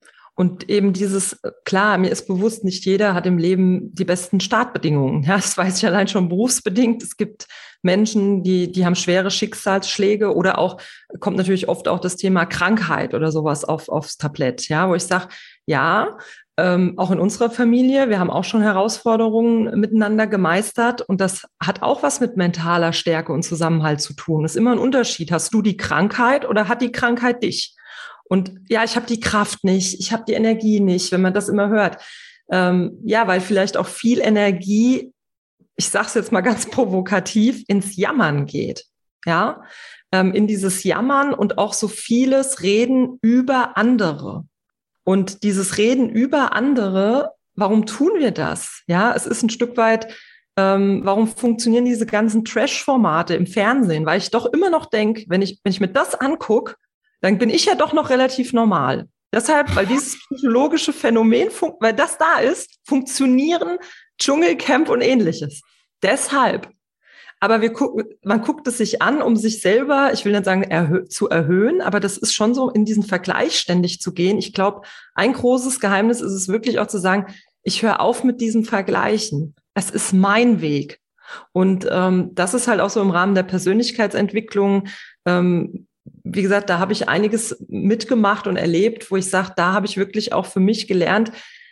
Und eben dieses, klar, mir ist bewusst, nicht jeder hat im Leben die besten Startbedingungen. Ja, das weiß ich allein schon berufsbedingt. Es gibt Menschen, die, die haben schwere Schicksalsschläge oder auch, kommt natürlich oft auch das Thema Krankheit oder sowas auf, aufs Tablett. Ja, wo ich sage, ja, ähm, auch in unserer Familie, wir haben auch schon Herausforderungen miteinander gemeistert und das hat auch was mit mentaler Stärke und Zusammenhalt zu tun. Das ist immer ein Unterschied. Hast du die Krankheit oder hat die Krankheit dich? Und ja, ich habe die Kraft nicht, ich habe die Energie nicht, wenn man das immer hört. Ähm, ja, weil vielleicht auch viel Energie, ich sage es jetzt mal ganz provokativ, ins Jammern geht. Ja, ähm, in dieses Jammern und auch so vieles Reden über andere. Und dieses Reden über andere, warum tun wir das? Ja, es ist ein Stück weit, ähm, warum funktionieren diese ganzen Trash-Formate im Fernsehen? Weil ich doch immer noch denke, wenn ich, wenn ich mir das angucke, dann bin ich ja doch noch relativ normal. Deshalb, weil dieses psychologische Phänomen, weil das da ist, funktionieren Dschungelcamp und Ähnliches. Deshalb. Aber wir gucken, man guckt es sich an, um sich selber, ich will nicht sagen, erhö- zu erhöhen, aber das ist schon so, in diesen Vergleich ständig zu gehen. Ich glaube, ein großes Geheimnis ist es wirklich auch zu sagen, ich höre auf mit diesem Vergleichen. Es ist mein Weg. Und ähm, das ist halt auch so im Rahmen der Persönlichkeitsentwicklung, ähm, wie gesagt, da habe ich einiges mitgemacht und erlebt, wo ich sage, da habe ich wirklich auch für mich gelernt,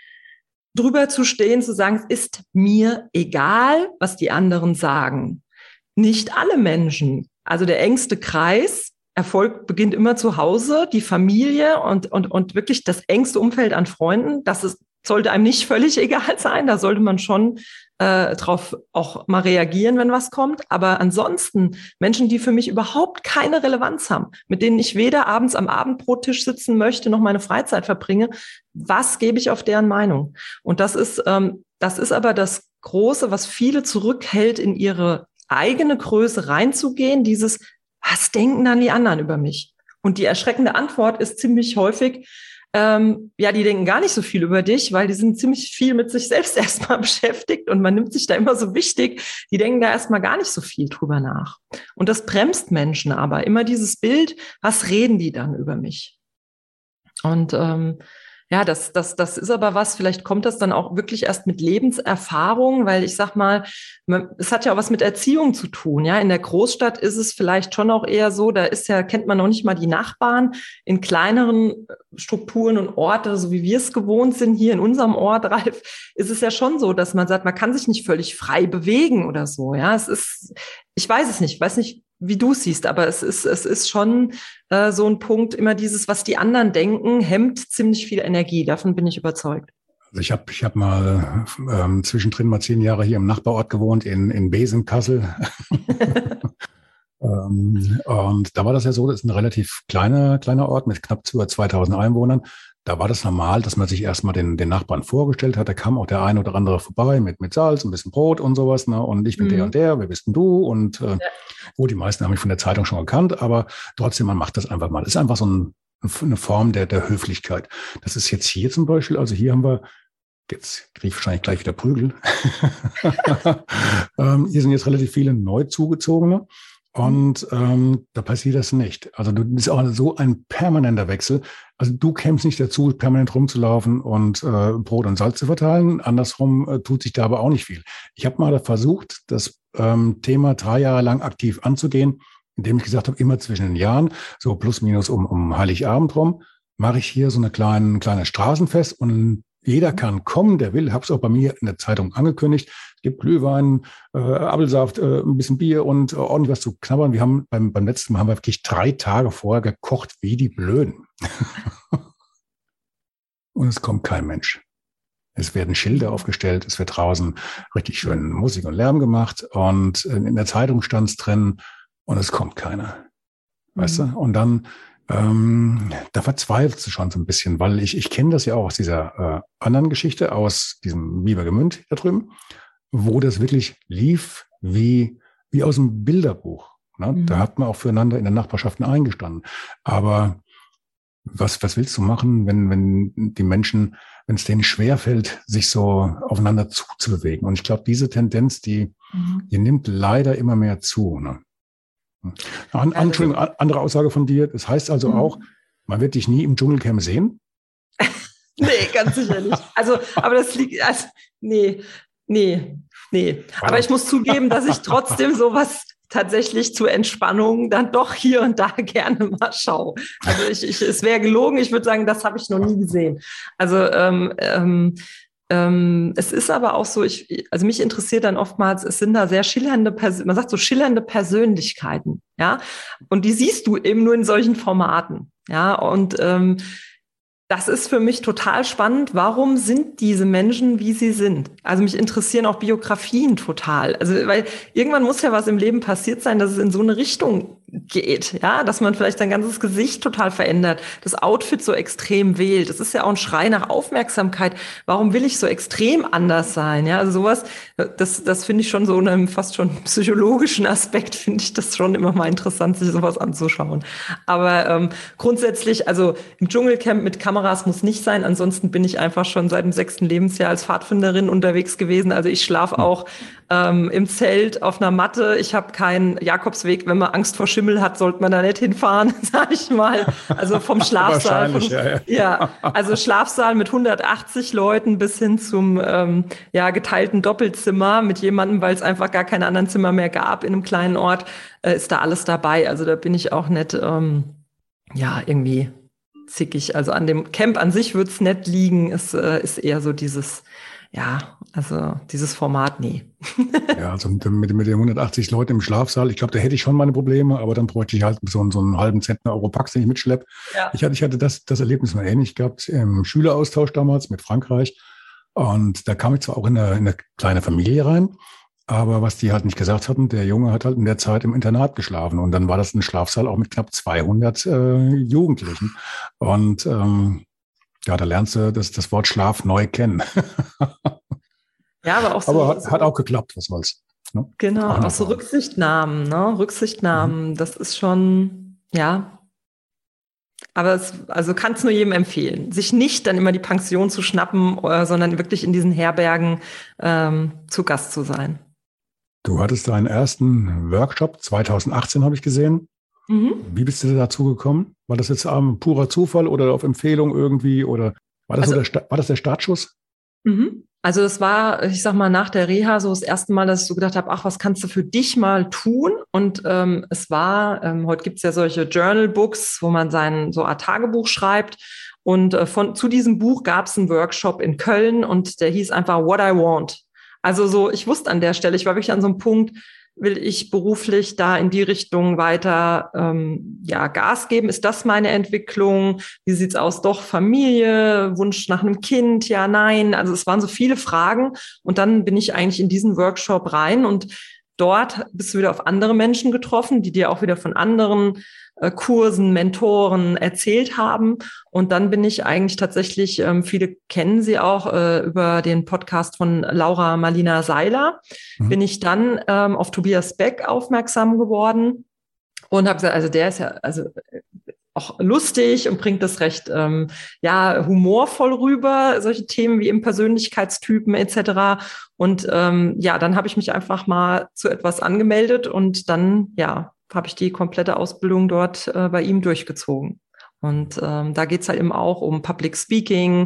drüber zu stehen, zu sagen, es ist mir egal, was die anderen sagen. Nicht alle Menschen, also der engste Kreis, Erfolg beginnt immer zu Hause, die Familie und, und, und wirklich das engste Umfeld an Freunden, das ist, sollte einem nicht völlig egal sein, da sollte man schon äh, drauf auch mal reagieren, wenn was kommt. Aber ansonsten Menschen, die für mich überhaupt keine Relevanz haben, mit denen ich weder abends am Abendbrottisch sitzen möchte, noch meine Freizeit verbringe, was gebe ich auf deren Meinung? Und das ist, ähm, das ist aber das Große, was viele zurückhält, in ihre eigene Größe reinzugehen, dieses, was denken dann die anderen über mich? Und die erschreckende Antwort ist ziemlich häufig, Ähm, ja, die denken gar nicht so viel über dich, weil die sind ziemlich viel mit sich selbst erstmal beschäftigt und man nimmt sich da immer so wichtig. Die denken da erstmal gar nicht so viel drüber nach. Und das bremst Menschen aber. Immer dieses Bild, was reden die dann über mich? Und ähm, ja, das, das, das ist aber was, vielleicht kommt das dann auch wirklich erst mit Lebenserfahrung, weil ich sag mal, man, es hat ja auch was mit Erziehung zu tun. Ja, in der Großstadt ist es vielleicht schon auch eher so, da ist ja, kennt man noch nicht mal die Nachbarn. In kleineren Strukturen und Orte, so wie wir es gewohnt sind, hier in unserem Ort, Ralf, ist es ja schon so, dass man sagt, man kann sich nicht völlig frei bewegen oder so. Ja, es ist, ich weiß es nicht, ich weiß nicht, wie du es siehst, aber es ist, es ist schon äh, so ein Punkt, immer dieses, was die anderen denken, hemmt ziemlich viel Energie. Davon bin ich überzeugt. Also ich habe ich hab mal ähm, zwischendrin mal zehn Jahre hier im Nachbarort gewohnt, in, in Besenkassel. ähm, und da war das ja so, das ist ein relativ kleiner, kleiner Ort mit knapp über zweitausend Einwohnern. Da war das normal, dass man sich erstmal den, den Nachbarn vorgestellt hat. Da kam auch der eine oder andere vorbei mit, mit Salz, ein bisschen Brot und sowas. Ne? Und ich bin mhm. der und der, wer bist denn du? Und äh, ja. Gut, die meisten haben mich von der Zeitung schon gekannt, aber trotzdem, man macht das einfach mal. Das ist einfach so ein, eine Form der, der Höflichkeit. Das ist jetzt hier zum Beispiel, also hier haben wir, jetzt kriege ich wahrscheinlich gleich wieder Prügel. ähm, hier sind jetzt relativ viele neu zugezogene. Und ähm, da passiert das nicht. Also du bist auch so ein permanenter Wechsel. Also du kämst nicht dazu, permanent rumzulaufen und äh, Brot und Salz zu verteilen. Andersrum äh, tut sich da aber auch nicht viel. Ich habe mal versucht, das ähm, Thema drei Jahre lang aktiv anzugehen. indem ich gesagt habe, immer zwischen den Jahren, so plus minus um, um Heiligabend rum, mache ich hier so eine kleine, kleine Straßenfest und jeder kann kommen, der will. Habe es auch bei mir in der Zeitung angekündigt. Es gibt Glühwein, äh, Apfelsaft, äh, ein bisschen Bier und äh, ordentlich was zu knabbern. Wir haben beim, beim letzten Mal haben wir wirklich drei Tage vorher gekocht wie die Blöden. Und es kommt kein Mensch. Es werden Schilder aufgestellt, es wird draußen richtig schön Musik und Lärm gemacht und in der Zeitung stand es drin und es kommt keiner. Weißt mhm. du? Und dann, ähm, da verzweifelst du schon so ein bisschen, weil ich, ich kenne das ja auch aus dieser äh, anderen Geschichte, aus diesem Biebergemünd da drüben, wo das wirklich lief wie, wie aus einem Bilderbuch. Ne? Mhm. Da hat man auch füreinander in den Nachbarschaften eingestanden. Aber was, was willst du machen, wenn, wenn die Menschen, wenn es denen schwerfällt, sich so aufeinander zuzubewegen? Und ich glaube, diese Tendenz, die, mhm. die nimmt leider immer mehr zu. Ne? An, an, Entschuldigung, andere Aussage von dir. Das heißt also mhm. auch, man wird dich nie im Dschungelcamp sehen? Nee, ganz sicher nicht. Also, aber das liegt, also, nee, nee, nee. Aber ich muss zugeben, dass ich trotzdem sowas tatsächlich zur Entspannung dann doch hier und da gerne mal schaue. Also ich, ich es wäre gelogen, ich würde sagen, das habe ich noch nie gesehen. Also ähm, ähm, ähm, es ist aber auch so, ich, also mich interessiert dann oftmals, es sind da sehr schillernde, Pers- man sagt so schillernde Persönlichkeiten, ja, und die siehst du eben nur in solchen Formaten, ja, und ähm, das ist für mich total spannend. Warum sind diese Menschen, wie sie sind? Also mich interessieren auch Biografien total. Also, weil irgendwann muss ja was im Leben passiert sein, dass es in so eine Richtung geht, ja, dass man vielleicht sein ganzes Gesicht total verändert, das Outfit so extrem wählt. Das ist ja auch ein Schrei nach Aufmerksamkeit. Warum will ich so extrem anders sein? Ja, also sowas, das, das finde ich schon so einem fast schon psychologischen Aspekt, finde ich das schon immer mal interessant, sich sowas anzuschauen. Aber ähm, grundsätzlich, also im Dschungelcamp mit Kameras muss nicht sein. Ansonsten bin ich einfach schon seit dem sechsten Lebensjahr als Pfadfinderin unterwegs gewesen. Also ich schlafe auch ähm, im Zelt auf einer Matte. Ich habe keinen Jakobsweg. Wenn man Angst vor Schimmel hat, sollte man da nicht hinfahren, sag ich mal. Also vom Schlafsaal. Vom, ja, ja. ja, also Schlafsaal mit hundertachtzig Leuten bis hin zum ähm, ja geteilten Doppelzimmer mit jemandem, weil es einfach gar keine anderen Zimmer mehr gab in einem kleinen Ort, äh, ist da alles dabei. Also da bin ich auch nicht ähm, ja irgendwie zickig. Also an dem Camp an sich wird's nicht liegen. Es äh, ist eher so dieses, ja, also dieses Format, nee. Ja, also mit, mit, mit den hundertachtzig Leuten im Schlafsaal, ich glaube, da hätte ich schon meine Probleme, aber dann bräuchte ich halt so, so einen halben Zentner Europax, den ich mitschleppe. Ja. Ich hatte, ich hatte das, das Erlebnis mal ähnlich gehabt im Schüleraustausch damals mit Frankreich. Und da kam ich zwar auch in eine, in eine kleine Familie rein, aber was die halt nicht gesagt hatten, der Junge hat halt in der Zeit im Internat geschlafen. Und dann war das ein Schlafsaal auch mit knapp zweihundert äh, Jugendlichen. Und ähm, ja, da lernst du das, das Wort Schlaf neu kennen. Ja, aber auch so. Aber hat, so hat auch geklappt, was soll's. Ne? Genau, auch, auch so Rücksichtnahmen, ne? Rücksichtnahmen, mhm. Das ist schon, ja. Aber es, also kann es nur jedem empfehlen, sich nicht dann immer die Pension zu schnappen, äh, sondern wirklich in diesen Herbergen ähm, zu Gast zu sein. Du hattest deinen ersten Workshop zweitausendachtzehn, habe ich gesehen. Mhm. Wie bist du dazu gekommen? War das jetzt ähm, purer Zufall oder auf Empfehlung irgendwie? Oder war das, also, so der, war das der Startschuss? Mhm. Also das war, ich sag mal, nach der Reha so das erste Mal, dass ich so gedacht habe, ach, was kannst du für dich mal tun? Und ähm, es war, ähm, heute gibt's ja solche Journal-Books, wo man sein so Art Tagebuch schreibt. Und äh, von zu diesem Buch gab's einen Workshop in Köln und der hieß einfach What I Want. Also so, ich wusste an der Stelle, ich war wirklich an so einem Punkt, will ich beruflich da in die Richtung weiter ähm, ja Gas geben? Ist das meine Entwicklung? Wie sieht's aus? Doch Familie, Wunsch nach einem Kind? Ja, nein. Also es waren so viele Fragen. Und dann bin ich eigentlich in diesen Workshop rein und dort bist du wieder auf andere Menschen getroffen, die dir auch wieder von anderen äh, Kursen, Mentoren erzählt haben. Und dann bin ich eigentlich tatsächlich, ähm, viele kennen sie auch äh, über den Podcast von Laura Marlina Seiler, mhm. bin ich dann ähm, auf Tobias Beck aufmerksam geworden und habe gesagt, also der ist ja also auch lustig und bringt das recht ähm, ja humorvoll rüber, solche Themen wie im Persönlichkeitstypen et cetera. Und ähm, ja, dann habe ich mich einfach mal zu etwas angemeldet und dann ja habe ich die komplette Ausbildung dort äh, bei ihm durchgezogen. Und ähm, da geht's halt eben auch um Public Speaking,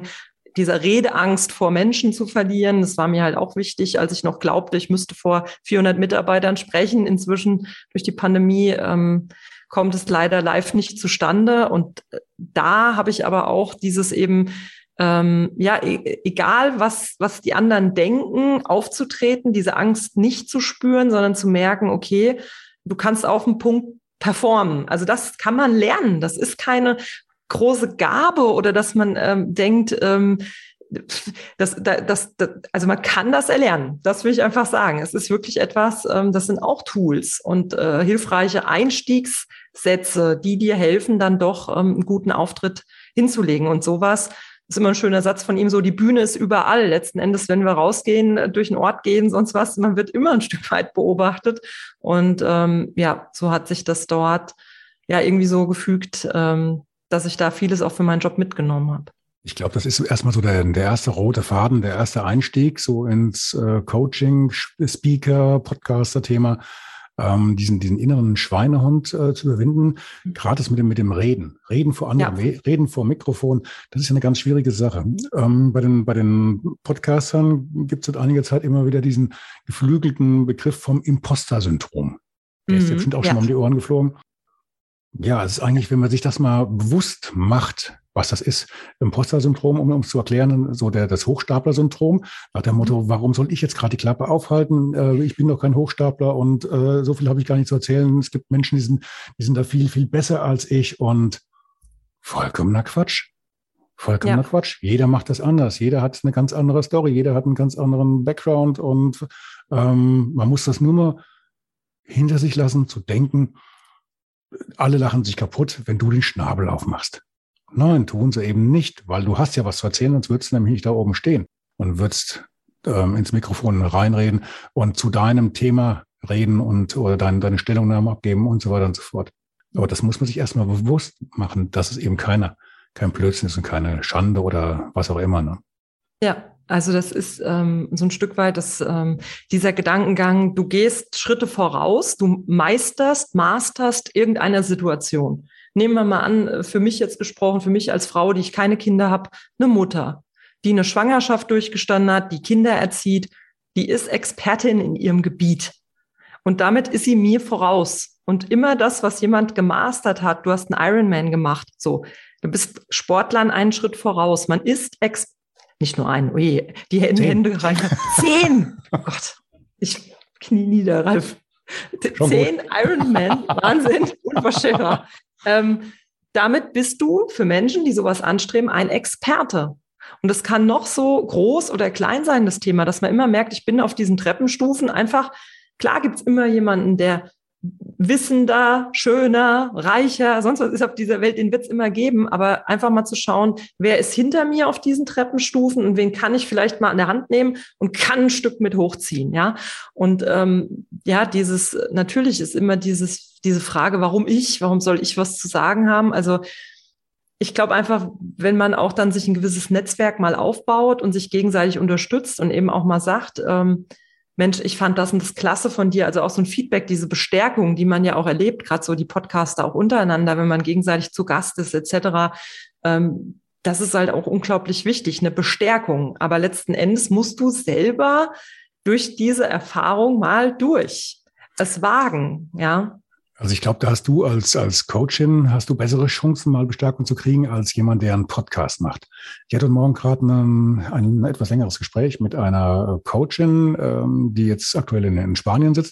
dieser Redeangst vor Menschen zu verlieren. Das war mir halt auch wichtig, als ich noch glaubte, ich müsste vor vierhundert Mitarbeitern sprechen. Inzwischen durch die Pandemie ähm, kommt es leider live nicht zustande. Und da habe ich aber auch dieses eben, ähm, ja, e- egal was, was die anderen denken, aufzutreten, diese Angst nicht zu spüren, sondern zu merken, okay, du kannst auf den Punkt performen. Also das kann man lernen. Das ist keine große Gabe oder dass man ähm, denkt, ähm, das, das, das, also man kann das erlernen. Das will ich einfach sagen. Es ist wirklich etwas, ähm, das sind auch Tools und äh, hilfreiche Einstiegssätze, die dir helfen, dann doch ähm, einen guten Auftritt hinzulegen. Und sowas ist immer ein schöner Satz von ihm, so die Bühne ist überall. Letzten Endes, wenn wir rausgehen, durch den Ort gehen, sonst was, man wird immer ein Stück weit beobachtet. Und ähm, ja, so hat sich das dort ja irgendwie so gefügt, ähm, dass ich da vieles auch für meinen Job mitgenommen habe. Ich glaube, das ist erstmal so der, der erste rote Faden, der erste Einstieg so ins äh, Coaching, Speaker, Podcaster-Thema, ähm, diesen, diesen inneren Schweinehund äh, zu überwinden. Gerade das mit dem, mit dem Reden. Reden vor anderen, ja. Reden vor Mikrofon, das ist ja eine ganz schwierige Sache. Ähm, bei den, bei den Podcastern gibt es seit einiger Zeit immer wieder diesen geflügelten Begriff vom Imposter-Syndrom. Der ist jetzt auch ja. schon mal um die Ohren geflogen. Ja, es ist eigentlich, wenn man sich das mal bewusst macht, was das ist. Imposter-Syndrom, um es zu erklären, so der, das Hochstapler-Syndrom, nach dem Motto, warum soll ich jetzt gerade die Klappe aufhalten? Äh, ich bin doch kein Hochstapler und äh, so viel habe ich gar nicht zu erzählen. Es gibt Menschen, die sind, die sind da viel, viel besser als ich und vollkommener Quatsch. Vollkommener ja. Quatsch. Jeder macht das anders. Jeder hat eine ganz andere Story. Jeder hat einen ganz anderen Background und ähm, man muss das nur mal hinter sich lassen, zu denken, alle lachen sich kaputt, wenn du den Schnabel aufmachst. Nein, tun sie eben nicht, weil du hast ja was zu erzählen, sonst würdest du nämlich nicht da oben stehen und würdest ähm, ins Mikrofon reinreden und zu deinem Thema reden und oder dein, deine Stellungnahme abgeben und so weiter und so fort. Aber das muss man sich erstmal bewusst machen, dass es eben keine, kein Blödsinn ist und keine Schande oder was auch immer. Ne? Ja. Also das ist ähm, so ein Stück weit das, ähm, dieser Gedankengang, du gehst Schritte voraus, du meisterst, masterst irgendeine Situation. Nehmen wir mal an, für mich jetzt gesprochen, für mich als Frau, die ich keine Kinder habe, eine Mutter, die eine Schwangerschaft durchgestanden hat, die Kinder erzieht, die ist Expertin in ihrem Gebiet. Und damit ist sie mir voraus. Und immer das, was jemand gemastert hat, du hast einen Ironman gemacht, so, du bist Sportlern einen Schritt voraus. Man ist Expertin. Nicht nur einen, oh je, die Hände, Hände rein. Zehn! Oh Gott, ich knie nieder, Ralf. Schon Zehn gut. Ironman, Wahnsinn, unvorstellbar. Ähm, damit bist du für Menschen, die sowas anstreben, ein Experte. Und es kann noch so groß oder klein sein, das Thema, dass man immer merkt, ich bin auf diesen Treppenstufen einfach, klar gibt's immer jemanden, der wissender, schöner, reicher, sonst was ist auf dieser Welt, den wird es immer geben, aber einfach mal zu schauen, wer ist hinter mir auf diesen Treppenstufen und wen kann ich vielleicht mal an der Hand nehmen und kann ein Stück mit hochziehen, ja. Und ähm, ja, dieses, natürlich ist immer dieses, diese Frage, warum ich, warum soll ich was zu sagen haben? Also ich glaube einfach, wenn man auch dann sich ein gewisses Netzwerk mal aufbaut und sich gegenseitig unterstützt und eben auch mal sagt, ähm, Mensch, ich fand das und das klasse von dir, also auch so ein Feedback, diese Bestärkung, die man ja auch erlebt, gerade so die Podcaster auch untereinander, wenn man gegenseitig zu Gast ist et cetera. Ähm, das ist halt auch unglaublich wichtig, eine Bestärkung. Aber letzten Endes musst du selber durch diese Erfahrung mal durch es wagen, ja. Also ich glaube, da hast du als als Coachin, hast du bessere Chancen, mal Bestärkung zu kriegen, als jemand, der einen Podcast macht. Ich hatte heute Morgen gerade ein, ein etwas längeres Gespräch mit einer Coachin, ähm, die jetzt aktuell in, in Spanien sitzt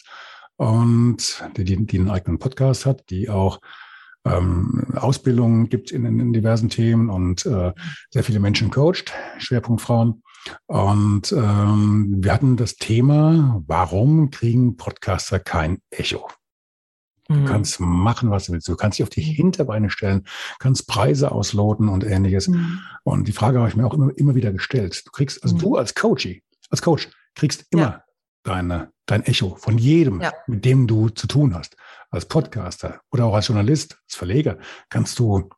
und die, die, die einen eigenen Podcast hat, die auch ähm, Ausbildungen gibt in, in, in diversen Themen und äh, sehr viele Menschen coacht, Schwerpunkt Frauen. Und ähm, wir hatten das Thema, warum kriegen Podcaster kein Echo? Du kannst machen, was du willst. Du kannst dich auf die Hinterbeine stellen, kannst Preise ausloten und Ähnliches. Mhm. Und die Frage habe ich mir auch immer, immer wieder gestellt. Du kriegst, also mhm. du als Coach, als Coach kriegst immer ja. deine, dein Echo von jedem, ja. mit dem du zu tun hast. Als Podcaster oder auch als Journalist, als Verleger kannst du,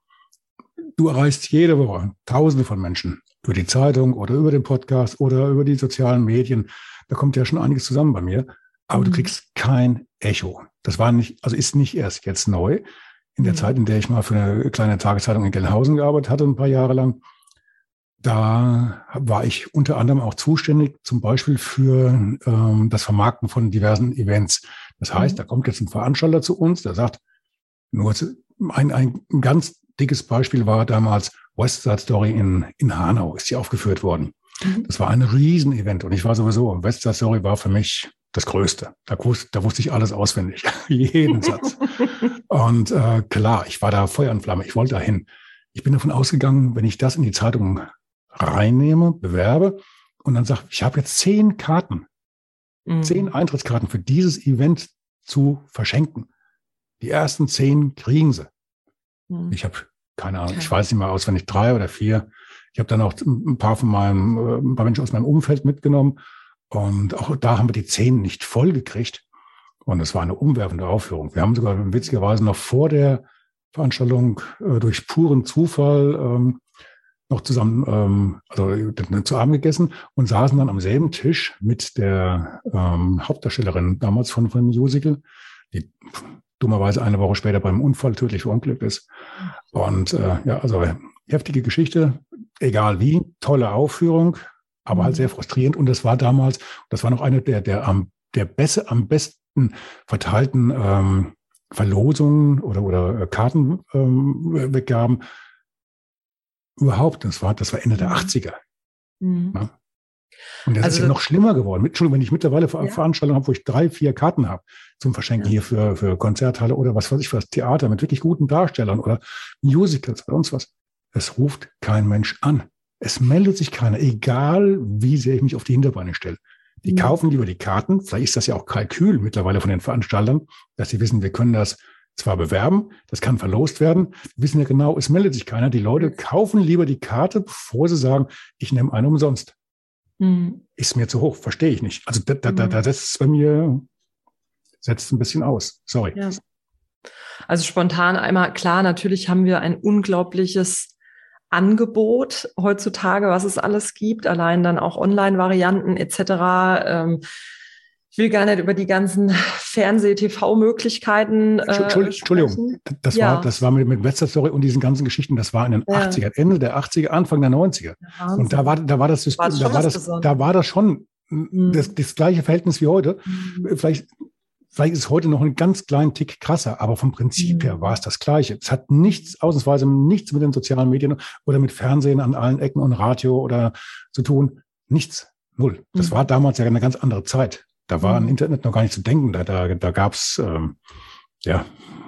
du erreichst jede Woche Tausende von Menschen über die Zeitung oder über den Podcast oder über die sozialen Medien. Da kommt ja schon einiges zusammen bei mir. Aber mhm. du kriegst kein Echo. Das war nicht, also ist nicht erst jetzt neu. In der mhm. Zeit, in der ich mal für eine kleine Tageszeitung in Gelnhausen gearbeitet hatte, ein paar Jahre lang, Da war ich unter anderem auch zuständig, zum Beispiel für ähm, das Vermarkten von diversen Events. Das heißt, mhm. da kommt jetzt ein Veranstalter zu uns, der sagt, nur ein, ein ganz dickes Beispiel war damals West Side Story in, in Hanau, ist hier aufgeführt worden. Mhm. Das war ein Riesenevent und ich war sowieso, West Side Story war für mich das Größte. Da, wusste, da wusste ich alles auswendig, jeden Satz. Und äh, klar, ich war da Feuer und Flamme, ich wollte dahin. Ich bin davon ausgegangen, wenn ich das in die Zeitung reinnehme, bewerbe und dann sage, ich habe jetzt zehn Karten, mhm. zehn Eintrittskarten für dieses Event zu verschenken. Die ersten zehn kriegen sie. Mhm. Ich habe keine Ahnung, okay. ich weiß nicht mal auswendig, drei oder vier. Ich habe dann auch ein paar von meinem, ein paar Menschen aus meinem Umfeld mitgenommen und auch da haben wir die zehn nicht voll gekriegt. Und es war eine umwerfende Aufführung. Wir haben sogar witzigerweise noch vor der Veranstaltung äh, durch puren Zufall ähm, noch zusammen ähm, also zu Abend gegessen und saßen dann am selben Tisch mit der ähm, Hauptdarstellerin damals von, von dem Musical, die dummerweise eine Woche später beim Unfall tödlich verunglückt ist. Und äh, ja, also heftige Geschichte, egal wie, tolle Aufführung, aber halt sehr frustrierend. Und das war damals, das war noch eine der, der am, der beste, am besten verteilten ähm, Verlosungen oder, oder Kartenweggaben ähm, überhaupt. Das war, das war Ende der achtziger. Mhm. Ja. Und das also ist ja noch schlimmer geworden. Entschuldigung, wenn ich mittlerweile ja. Veranstaltungen habe, wo ich drei, vier Karten habe zum Verschenken ja. hier für, für Konzerthalle oder was weiß ich, für das Theater mit wirklich guten Darstellern oder Musicals oder sonst was. Es ruft kein Mensch an. Es meldet sich keiner, egal wie sehr ich mich auf die Hinterbeine stelle. Die ja. kaufen lieber die Karten. Vielleicht ist das ja auch Kalkül mittlerweile von den Veranstaltern, dass sie wissen, wir können das zwar bewerben, das kann verlost werden. Wir wissen ja genau, es meldet sich keiner. Die Leute kaufen lieber die Karte, bevor sie sagen, ich nehme eine umsonst. Mhm. Ist mir zu hoch, verstehe ich nicht. Also da, da, da, da setzt es bei mir, setzt es ein bisschen aus. Sorry. Ja. Also spontan einmal, klar, natürlich haben wir ein unglaubliches Angebot heutzutage, was es alles gibt, allein dann auch Online-Varianten et cetera. Ähm, ich will gar nicht über die ganzen Fernseh-T V-Möglichkeiten äh, Entschuldigung, das ja. war das war mit, mit West Side Story und diesen ganzen Geschichten, das war in den ja. achtziger, Ende der achtziger, Anfang der neunziger. Ja, und da war da war das System, da war das da war das schon mhm. das, das gleiche Verhältnis wie heute. Mhm. Vielleicht Vielleicht ist es heute noch einen ganz kleinen Tick krasser, aber vom Prinzip mhm. her war es das Gleiche. Es hat nichts, ausnahmsweise nichts mit den sozialen Medien oder mit Fernsehen an allen Ecken und Radio oder zu tun. Nichts. Null. Das mhm. war damals ja eine ganz andere Zeit. Da war ein Internet noch gar nicht zu denken. Da, da, da gab es, ähm, ja.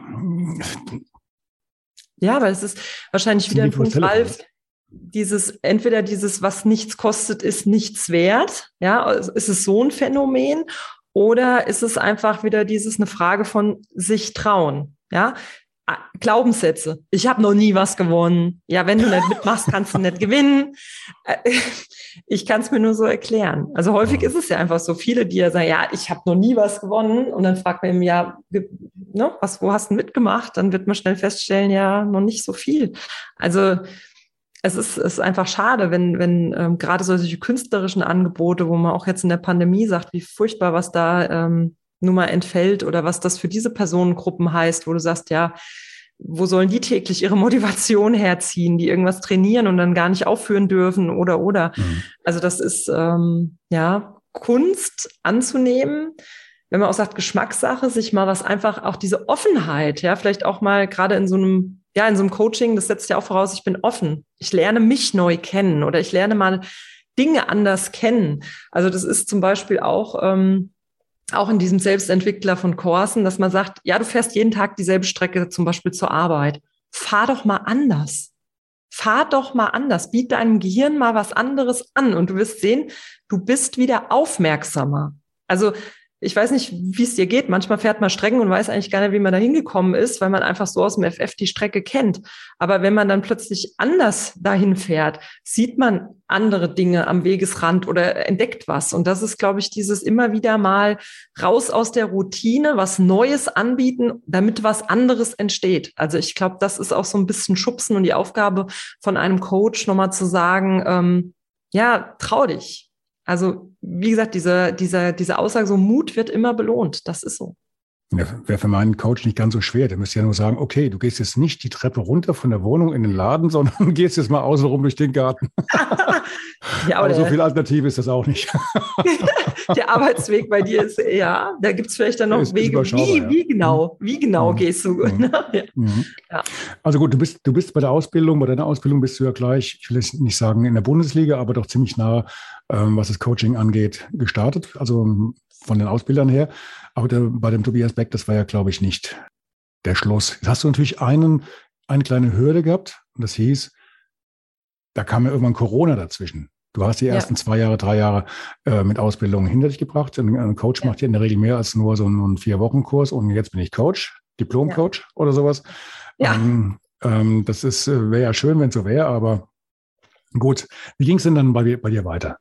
Ja, aber es ist wahrscheinlich wieder ein Punkt, Ralf, dieses, entweder dieses, was nichts kostet, ist nichts wert. Ja, ist es so ein Phänomen? Oder ist es einfach wieder dieses eine Frage von sich trauen? Ja, Glaubenssätze. Ich habe noch nie was gewonnen. Ja, wenn du nicht mitmachst, kannst du nicht gewinnen. Ich kann es mir nur so erklären. Also häufig ist es ja einfach so, viele, die ja sagen, ja, ich habe noch nie was gewonnen. Und dann fragt man eben, ja, ne, was, wo hast du mitgemacht? Dann wird man schnell feststellen, ja, noch nicht so viel. Also es ist, es ist einfach schade, wenn, wenn ähm, gerade solche künstlerischen Angebote, wo man auch jetzt in der Pandemie sagt, wie furchtbar, was da ähm, nun mal entfällt oder was das für diese Personengruppen heißt, wo du sagst, ja, wo sollen die täglich ihre Motivation herziehen, die irgendwas trainieren und dann gar nicht aufführen dürfen oder, oder. Mhm. Also das ist, ähm, ja, Kunst anzunehmen, wenn man auch sagt, Geschmackssache, sich mal was einfach, auch diese Offenheit, ja, vielleicht auch mal gerade in so einem, ja, in so einem Coaching, das setzt ja auch voraus, ich bin offen. Ich lerne mich neu kennen oder ich lerne mal Dinge anders kennen. Also das ist zum Beispiel auch, ähm, auch in diesem Selbstentwickler von Corsen, dass man sagt, ja, du fährst jeden Tag dieselbe Strecke zum Beispiel zur Arbeit. Fahr doch mal anders. Fahr doch mal anders. Biet deinem Gehirn mal was anderes an und du wirst sehen, du bist wieder aufmerksamer. Also ich weiß nicht, wie es dir geht. Manchmal fährt man Strecken und weiß eigentlich gar nicht, wie man da hingekommen ist, weil man einfach so aus dem F F die Strecke kennt. Aber wenn man dann plötzlich anders dahin fährt, sieht man andere Dinge am Wegesrand oder entdeckt was. Und das ist, glaube ich, dieses immer wieder mal raus aus der Routine, was Neues anbieten, damit was anderes entsteht. Also ich glaube, das ist auch so ein bisschen Schubsen und die Aufgabe von einem Coach, nochmal zu sagen, ähm, ja, trau dich. Also, wie gesagt, diese, diese, diese Aussage, so Mut wird immer belohnt. Das ist so. Ja, wäre für meinen Coach nicht ganz so schwer. Der müsste ja nur sagen, okay, du gehst jetzt nicht die Treppe runter von der Wohnung in den Laden, sondern gehst jetzt mal außenrum durch den Garten. Ja, aber aber so der, viel Alternative ist das auch nicht. der Arbeitsweg bei dir ist, ja, da gibt es vielleicht dann noch Ist- ist Wege. überschaubar, Wie, ja. wie genau, wie genau Mhm. gehst du? Mhm. Ja. Mhm. Ja. Also gut, du bist, du bist bei der Ausbildung, bei deiner Ausbildung bist du ja gleich, ich will jetzt nicht sagen in der Bundesliga, aber doch ziemlich nah, ähm, was das Coaching angeht, gestartet. Also ähm, von den Ausbildern her. Aber der, bei dem Tobias Beck, das war ja, glaube ich, nicht der Schluss. Jetzt hast du natürlich einen, eine kleine Hürde gehabt und das hieß, da kam ja irgendwann Corona dazwischen. Du hast die Ja. ersten zwei Jahre, drei Jahre äh, mit Ausbildung hinter dich gebracht. Ein, ein Coach Ja. macht ja in der Regel mehr als nur so einen Vier-Wochen-Kurs und jetzt bin ich Coach, Diplom-Coach oder sowas. Ja. Ähm, ähm, das ist, äh, wäre ja schön, wenn es so wäre, aber gut. Wie ging es denn dann bei, bei dir weiter?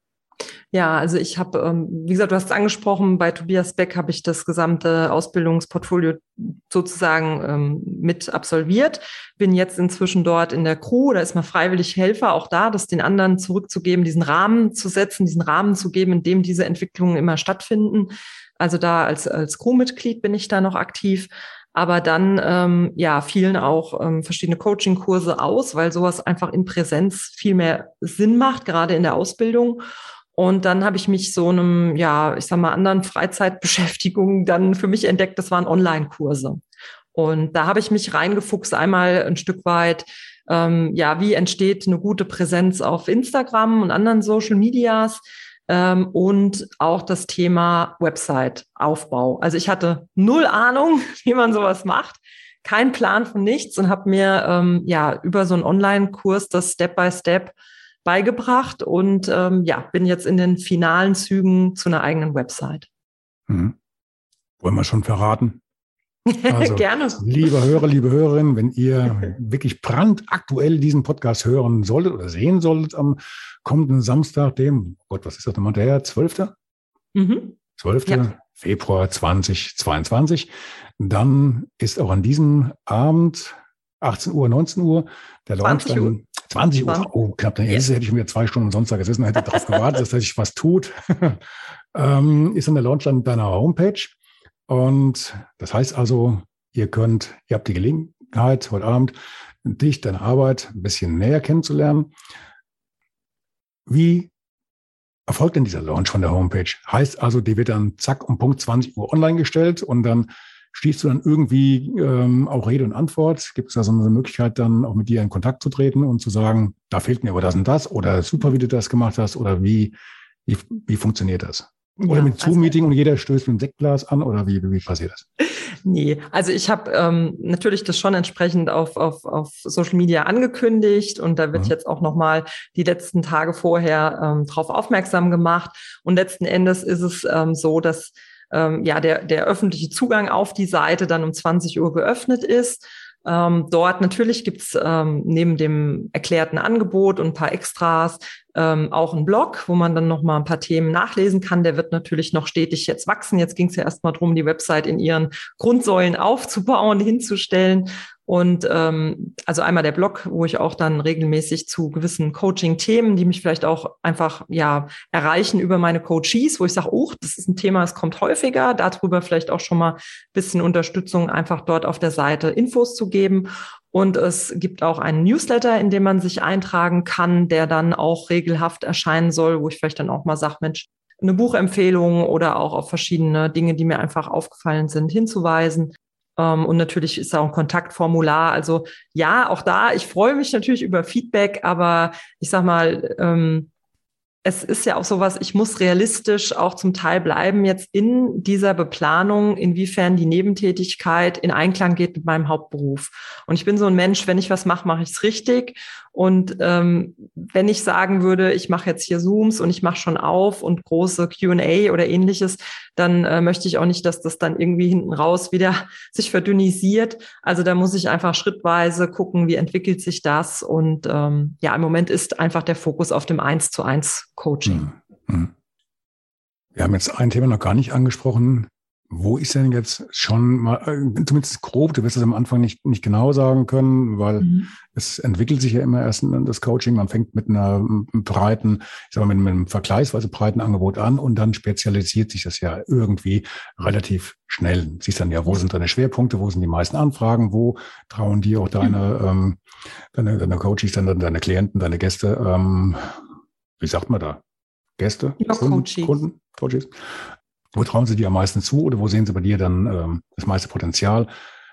Ja, also ich habe, ähm, wie gesagt, du hast es angesprochen, bei Tobias Beck habe ich das gesamte Ausbildungsportfolio sozusagen ähm, mit absolviert. Bin jetzt inzwischen dort in der Crew, da ist man freiwillig Helfer, auch da, das den anderen zurückzugeben, diesen Rahmen zu setzen, diesen Rahmen zu geben, in dem diese Entwicklungen immer stattfinden. Also da als, als Crewmitglied bin ich da noch aktiv. Aber dann, ähm, ja, fielen auch ähm, verschiedene Coaching-Kurse aus, weil sowas einfach in Präsenz viel mehr Sinn macht, gerade in der Ausbildung. Und dann habe ich mich so einem, ja, ich sag mal, anderen Freizeitbeschäftigungen dann für mich entdeckt, das waren Online-Kurse. Und da habe ich mich reingefuchst, einmal ein Stück weit, ähm, ja, wie entsteht eine gute Präsenz auf Instagram und anderen Social Medias, ähm, und auch das Thema Website-Aufbau. Also ich hatte null Ahnung, wie man sowas macht, kein Plan von nichts und habe mir ähm, ja über so einen Online-Kurs das Step by Step beigebracht und ähm, ja, bin jetzt in den finalen Zügen zu einer eigenen Website. Mhm. Wollen wir schon verraten? Also, Gerne. liebe Hörer, liebe Hörerinnen, wenn ihr wirklich brandaktuell diesen Podcast hören solltet oder sehen solltet am kommenden Samstag, dem, Gott, was ist das nochmal, der zwölfte Mhm. zwölfte Ja. Februar zweitausendzweiundzwanzig, dann ist auch an diesem Abend achtzehn Uhr, neunzehn Uhr der Launch. zwanzig Uhr. Dann, zwanzig Uhr, zwanzig. oh, knapp, dann Ja. hätte ich schon wieder zwei Stunden umsonst da gesessen, hätte darauf gewartet, dass sich was tut. ähm, ist dann der Launch dann deiner Homepage. Und das heißt also, ihr könnt, ihr habt die Gelegenheit, heute Abend dich, deine Arbeit ein bisschen näher kennenzulernen. Wie erfolgt denn dieser Launch von der Homepage? Heißt also, die wird dann zack um Punkt zwanzig Uhr online gestellt und dann stehst du dann irgendwie ähm, auch Rede und Antwort? Gibt es da so eine Möglichkeit, dann auch mit dir in Kontakt zu treten und zu sagen, da fehlt mir aber das und das oder super, wie du das gemacht hast oder wie, wie, wie funktioniert das? Oder Ja, mit also- Zoom-Meeting und jeder stößt mit dem Sektglas an oder wie, wie passiert das? Nee, also ich habe ähm, natürlich das schon entsprechend auf, auf, auf Social Media angekündigt und da wird Mhm. jetzt auch nochmal die letzten Tage vorher ähm, drauf aufmerksam gemacht. Und letzten Endes ist es ähm, so, dass ähm, ja der, der öffentliche Zugang auf die Seite dann um zwanzig Uhr geöffnet ist. Ähm, dort natürlich gibt's ähm, neben dem erklärten Angebot und ein paar Extras ähm, auch einen Blog, wo man dann noch mal ein paar Themen nachlesen kann. Der wird natürlich noch stetig jetzt wachsen. Jetzt ging es ja erstmal darum, die Website in ihren Grundsäulen aufzubauen, hinzustellen. Und ähm, also einmal der Blog, wo ich auch dann regelmäßig zu gewissen Coaching-Themen, die mich vielleicht auch einfach ja erreichen über meine Coaches, wo ich sage, oh, das ist ein Thema, es kommt häufiger, darüber vielleicht auch schon mal ein bisschen Unterstützung, einfach dort auf der Seite Infos zu geben. Und es gibt auch einen Newsletter, in dem man sich eintragen kann, der dann auch regelhaft erscheinen soll, wo ich vielleicht dann auch mal sage, Mensch, eine Buchempfehlung oder auch auf verschiedene Dinge, die mir einfach aufgefallen sind, hinzuweisen. Und natürlich ist da auch ein Kontaktformular. Also ja, auch da, ich freue mich natürlich über Feedback, aber ich sag mal, ähm, es ist ja auch sowas, ich muss realistisch auch zum Teil bleiben jetzt in dieser Beplanung, inwiefern die Nebentätigkeit in Einklang geht mit meinem Hauptberuf. Und ich bin so ein Mensch, wenn ich was mache, mache ich es richtig. Und ähm, wenn ich sagen würde, ich mache jetzt hier Zooms und ich mache schon auf und große Q und A oder ähnliches, dann äh, möchte ich auch nicht, dass das dann irgendwie hinten raus wieder sich verdünnisiert. Also da muss ich einfach schrittweise gucken, wie entwickelt sich das. Und ähm, ja, im Moment ist einfach der Fokus auf dem eins zu eins Coaching. Hm, hm. Wir haben jetzt ein Thema noch gar nicht angesprochen, Wo ist denn jetzt schon mal, zumindest grob, du wirst es am Anfang nicht, nicht genau sagen können, weil mhm. es entwickelt sich ja immer erst das Coaching. Man fängt mit einer breiten, ich sag mal, mit, mit einem vergleichsweise breiten Angebot an und dann spezialisiert sich das ja irgendwie relativ schnell. Siehst dann ja, wo sind deine Schwerpunkte, wo sind die meisten Anfragen, wo trauen dir auch deine, mhm. ähm, deine, deine Coaches, deine, deine Klienten, deine Gäste, ähm, wie sagt man da? Gäste? Ja, Kunden, Coaches. Kunden, Coaches. Wo trauen Sie dir am meisten zu oder wo sehen Sie bei dir dann ähm, das meiste Potenzial?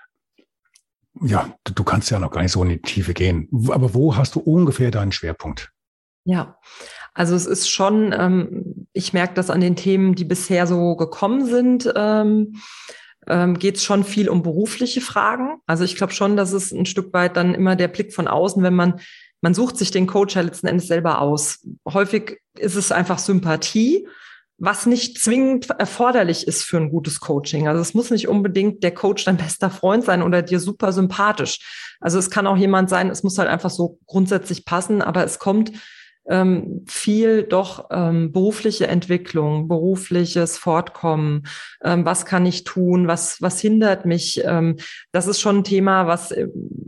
Ja, du, du kannst ja noch gar nicht so in die Tiefe gehen. Aber wo hast du ungefähr deinen Schwerpunkt? Ja, also es ist schon, ähm, ich merke das an den Themen, die bisher so gekommen sind, ähm, ähm, geht es schon viel um berufliche Fragen. Also ich glaube schon, dass es ein Stück weit dann immer der Blick von außen, wenn man, man sucht sich den Coach ja letzten Endes selber aus. Häufig ist es einfach Sympathie, was nicht zwingend erforderlich ist für ein gutes Coaching. Also es muss nicht unbedingt der Coach dein bester Freund sein oder dir super sympathisch. Also es kann auch jemand sein, es muss halt einfach so grundsätzlich passen, aber es kommt ähm, viel doch ähm, berufliche Entwicklung, berufliches Fortkommen. Ähm, was kann ich tun? Was, was hindert mich? Ähm, das ist schon ein Thema, was, äh,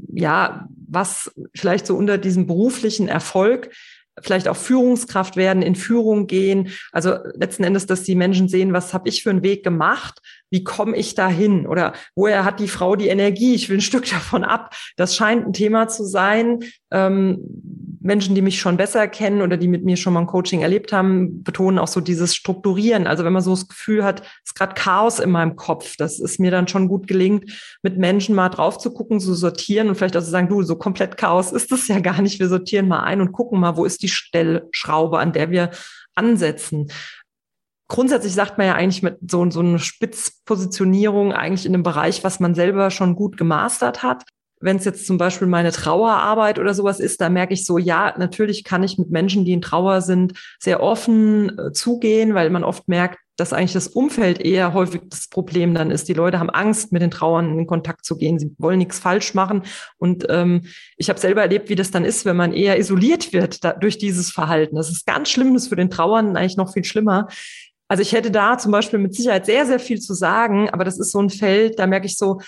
ja, was vielleicht so unter diesem beruflichen Erfolg vielleicht auch Führungskraft werden, in Führung gehen. Also letzten Endes, dass die Menschen sehen, was habe ich für einen Weg gemacht? Wie komme ich dahin? Oder woher hat die Frau die Energie? Ich will ein Stück davon ab. Das scheint ein Thema zu sein. Ähm, Menschen, die mich schon besser kennen oder die mit mir schon mal ein Coaching erlebt haben, betonen auch so dieses Strukturieren. Also wenn man so das Gefühl hat, es ist gerade Chaos in meinem Kopf, das ist mir dann schon gut gelingt, mit Menschen mal drauf zu gucken, zu sortieren und vielleicht auch zu sagen, du, so komplett Chaos ist das ja gar nicht. Wir sortieren mal ein und gucken mal, wo ist die Stellschraube, an der wir ansetzen. Grundsätzlich sagt man ja eigentlich mit so, so eine Spitzpositionierung eigentlich in einem Bereich, was man selber schon gut gemastert hat. Wenn es jetzt zum Beispiel meine Trauerarbeit oder sowas ist, da merke ich so, ja, natürlich kann ich mit Menschen, die in Trauer sind, sehr offen äh, zugehen, weil man oft merkt, dass eigentlich das Umfeld eher häufig das Problem dann ist. Die Leute haben Angst, mit den Trauernden in Kontakt zu gehen. Sie wollen nichts falsch machen. Und ähm, ich habe selber erlebt, wie das dann ist, wenn man eher isoliert wird da, durch dieses Verhalten. Das ist ganz schlimm, das ist für den Trauernden eigentlich noch viel schlimmer. Also ich hätte da zum Beispiel mit Sicherheit sehr, sehr viel zu sagen, aber das ist so ein Feld, da merke ich so,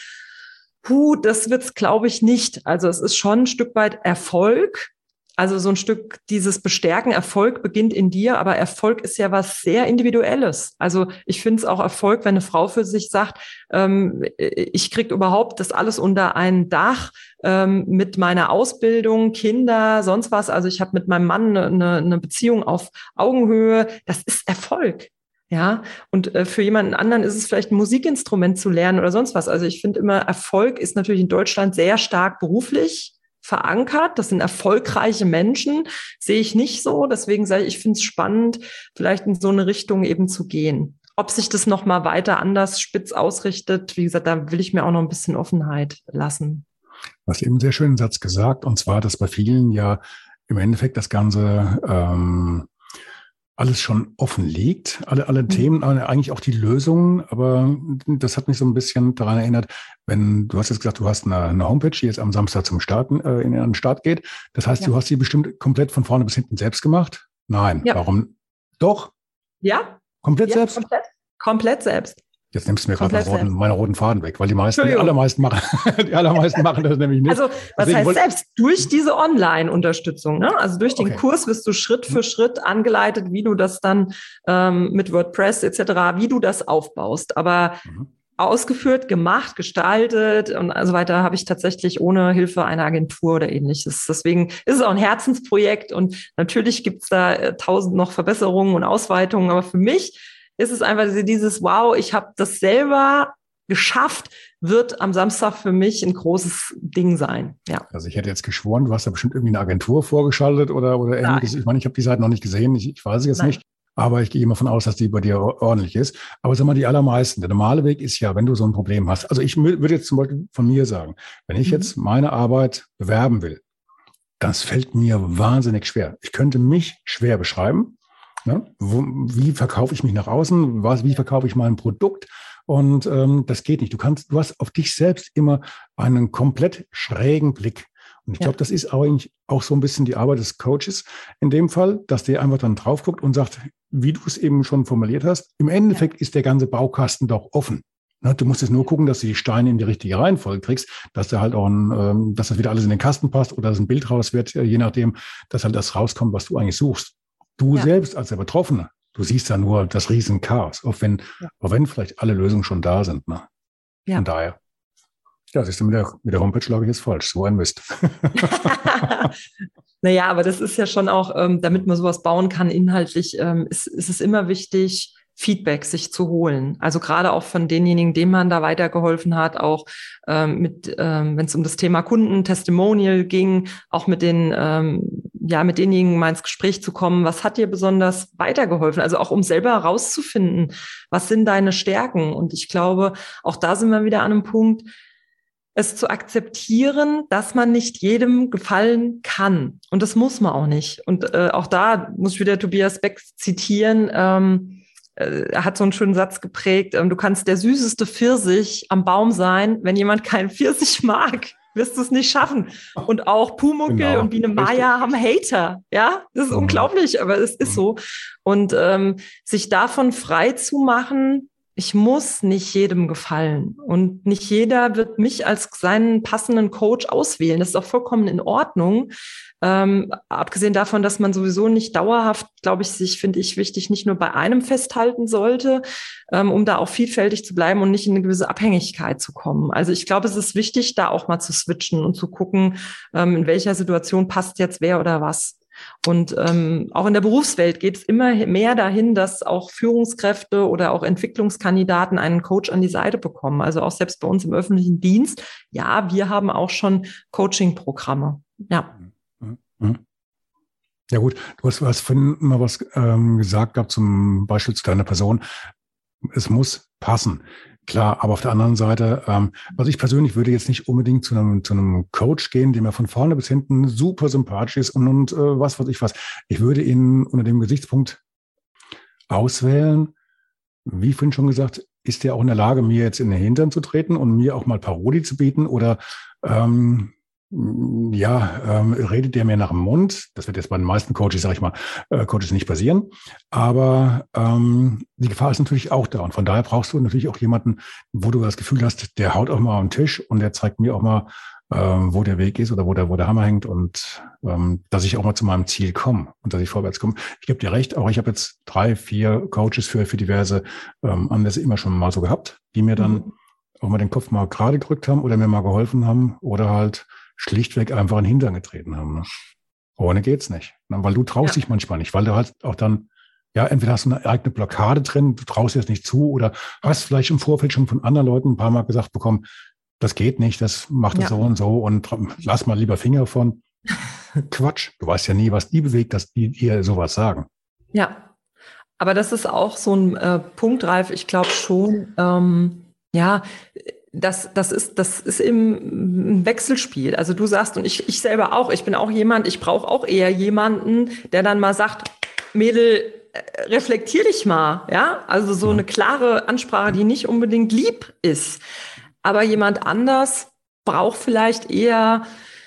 puh, das wird's, glaube ich, nicht. Also es ist schon ein Stück weit Erfolg. Also so ein Stück dieses Bestärken, Erfolg beginnt in dir, aber Erfolg ist ja was sehr Individuelles. Also ich finde es auch Erfolg, wenn eine Frau für sich sagt, ähm, ich kriege überhaupt das alles unter ein Dach ähm, mit meiner Ausbildung, Kinder, sonst was. Also ich habe mit meinem Mann eine, eine Beziehung auf Augenhöhe. Das ist Erfolg. Ja, und äh, für jemanden anderen ist es vielleicht ein Musikinstrument zu lernen oder sonst was. Also ich finde immer, Erfolg ist natürlich in Deutschland sehr stark beruflich verankert. Das sind erfolgreiche Menschen, sehe ich nicht so. Deswegen sage ich, ich finde es spannend, vielleicht in so eine Richtung eben zu gehen. Ob sich das nochmal weiter anders spitz ausrichtet, wie gesagt, da will ich mir auch noch ein bisschen Offenheit lassen. Du hast eben einen sehr schönen Satz gesagt, und zwar, dass bei vielen ja im Endeffekt das Ganze ähm, alles schon offen liegt, alle, alle mhm. Themen, eigentlich auch die Lösungen, aber das hat mich so ein bisschen daran erinnert, wenn, du hast jetzt gesagt, du hast eine, eine Homepage, die jetzt am Samstag zum Starten, äh, in den Start geht. Das heißt, ja. du hast sie bestimmt komplett von vorne bis hinten selbst gemacht? Nein. Ja. Warum? Doch? Ja. Komplett ja, selbst? Komplett, komplett selbst. Jetzt nimmst du mir gerade meinen roten, meine roten Faden weg, weil die meisten, die allermeisten machen, die allermeisten machen das nämlich nicht. Also, was Deswegen heißt selbst? Durch diese Online-Unterstützung, ne? Also durch den okay. Kurs wirst du Schritt für Schritt angeleitet, wie du das dann ähm, mit WordPress et cetera, wie du das aufbaust. Aber mhm. ausgeführt, gemacht, gestaltet und so weiter habe ich tatsächlich ohne Hilfe einer Agentur oder ähnliches. Deswegen ist es auch ein Herzensprojekt und natürlich gibt es da äh, tausend noch Verbesserungen und Ausweitungen, aber für mich ist es einfach dieses, wow, ich habe das selber geschafft, wird am Samstag für mich ein großes Ding sein. Ja. Also ich hätte jetzt geschworen, du hast da bestimmt irgendwie eine Agentur vorgeschaltet oder, oder ähnliches. Ich meine, ich habe die Seite noch nicht gesehen, ich, ich weiß es jetzt Nein. nicht, aber ich gehe immer davon aus, dass die bei dir ordentlich ist. Aber sag mal, die allermeisten, der normale Weg ist ja, wenn du so ein Problem hast. Also ich würde jetzt zum Beispiel von mir sagen, wenn ich mhm. jetzt meine Arbeit bewerben will, das fällt mir wahnsinnig schwer. Ich könnte mich schwer beschreiben. Ne? Wo, wie verkaufe ich mich nach außen? Was, wie verkaufe ich mein Produkt? Und ähm, das geht nicht. Du kannst, du hast auf dich selbst immer einen komplett schrägen Blick. Und ich ja. glaube, das ist eigentlich auch so ein bisschen die Arbeit des Coaches in dem Fall, dass der einfach dann drauf guckt und sagt, wie du es eben schon formuliert hast, im Endeffekt ja. ist der ganze Baukasten doch offen. Du musst jetzt nur gucken, dass du die Steine in die richtige Reihenfolge kriegst, dass da halt auch ein, dass das wieder alles in den Kasten passt oder dass ein Bild raus wird, je nachdem, dass halt das rauskommt, was du eigentlich suchst. Du ja. selbst als der Betroffene, du siehst da nur das riesen Chaos, auch wenn, ja. auch wenn vielleicht alle Lösungen schon da sind. Ne? Ja. Von daher. Ja, siehst du, mit der, mit der Homepage lag ich jetzt falsch. So ein Mist. Naja, aber das ist ja schon auch, ähm, damit man sowas bauen kann, inhaltlich, ähm, ist, ist es immer wichtig, Feedback sich zu holen. Also gerade auch von denjenigen, denen man da weitergeholfen hat, auch ähm, mit, ähm, wenn es um das Thema Kunden, Testimonial ging, auch mit den, ähm, ja, mit denjenigen mal ins Gespräch zu kommen. Was hat dir besonders weitergeholfen? Also auch um selber herauszufinden, was sind deine Stärken? Und ich glaube, auch da sind wir wieder an einem Punkt, es zu akzeptieren, dass man nicht jedem gefallen kann. Und das muss man auch nicht. Und äh, auch da muss ich wieder Tobias Beck zitieren. Ähm, äh, er hat so einen schönen Satz geprägt. Ähm, du kannst der süßeste Pfirsich am Baum sein. Wenn jemand keinen Pfirsich mag, wirst du es nicht schaffen. Und auch Pumuckl genau, und Biene Maya haben Hater. Ja, das ist mhm. unglaublich, aber es ist mhm. so. Und ähm, sich davon frei zu machen, ich muss nicht jedem gefallen und nicht jeder wird mich als seinen passenden Coach auswählen. Das ist auch vollkommen in Ordnung. Ähm, abgesehen davon, dass man sowieso nicht dauerhaft, glaube ich, sich, finde ich, wichtig, nicht nur bei einem festhalten sollte, ähm, um da auch vielfältig zu bleiben und nicht in eine gewisse Abhängigkeit zu kommen. Also ich glaube, es ist wichtig, da auch mal zu switchen und zu gucken, ähm, in welcher Situation passt jetzt wer oder was. Und ähm, auch in der Berufswelt geht es immer mehr dahin, dass auch Führungskräfte oder auch Entwicklungskandidaten einen Coach an die Seite bekommen. Also auch selbst bei uns im öffentlichen Dienst. Ja, wir haben auch schon Coaching-Programme. Ja. Ja gut, du hast, du hast vorhin mal was ähm, gesagt gehabt zum Beispiel zu deiner Person. Es muss passen. Klar, aber auf der anderen Seite, ähm, also ich persönlich würde jetzt nicht unbedingt zu einem, zu einem Coach gehen, der mir von vorne bis hinten super sympathisch ist und, und äh, was weiß ich was. Ich würde ihn unter dem Gesichtspunkt auswählen, wie vorhin schon gesagt, ist der auch in der Lage, mir jetzt in den Hintern zu treten und mir auch mal Paroli zu bieten oder ähm, ja, ähm, redet der mir nach dem Mund? Das wird jetzt bei den meisten Coaches, sag ich mal, äh, Coaches nicht passieren. Aber ähm, die Gefahr ist natürlich auch da. Und von daher brauchst du natürlich auch jemanden, wo du das Gefühl hast, der haut auch mal am Tisch und der zeigt mir auch mal, ähm, wo der Weg ist oder wo der, wo der Hammer hängt und ähm, dass ich auch mal zu meinem Ziel komme und dass ich vorwärts komme. Ich gebe dir recht, auch ich habe jetzt drei, vier Coaches für, für diverse ähm, Anlässe immer schon mal so gehabt, die mir dann mhm. auch mal den Kopf mal gerade gedrückt haben oder mir mal geholfen haben oder halt schlichtweg einfach in den Hintern getreten haben. Ne? Ohne geht's nicht. Ne? Weil du traust ja. dich manchmal nicht, weil du halt auch dann, ja, entweder hast du eine eigene Blockade drin, du traust dir das nicht zu oder hast vielleicht im Vorfeld schon von anderen Leuten ein paar Mal gesagt bekommen, das geht nicht, das macht das ja. so und so und lass mal lieber Finger von. Quatsch. Du weißt ja nie, was die bewegt, dass die dir sowas sagen. Ja, aber das ist auch so ein äh, Punkt, Ralf, ich glaube schon, ähm, ja, Das, das ist, das ist eben ein Wechselspiel. Also du sagst, und ich, ich selber auch, ich bin auch jemand, ich brauche auch eher jemanden, der dann mal sagt, Mädel, reflektier dich mal, ja? Also so eine klare Ansprache, die nicht unbedingt lieb ist. Aber jemand anders braucht vielleicht eher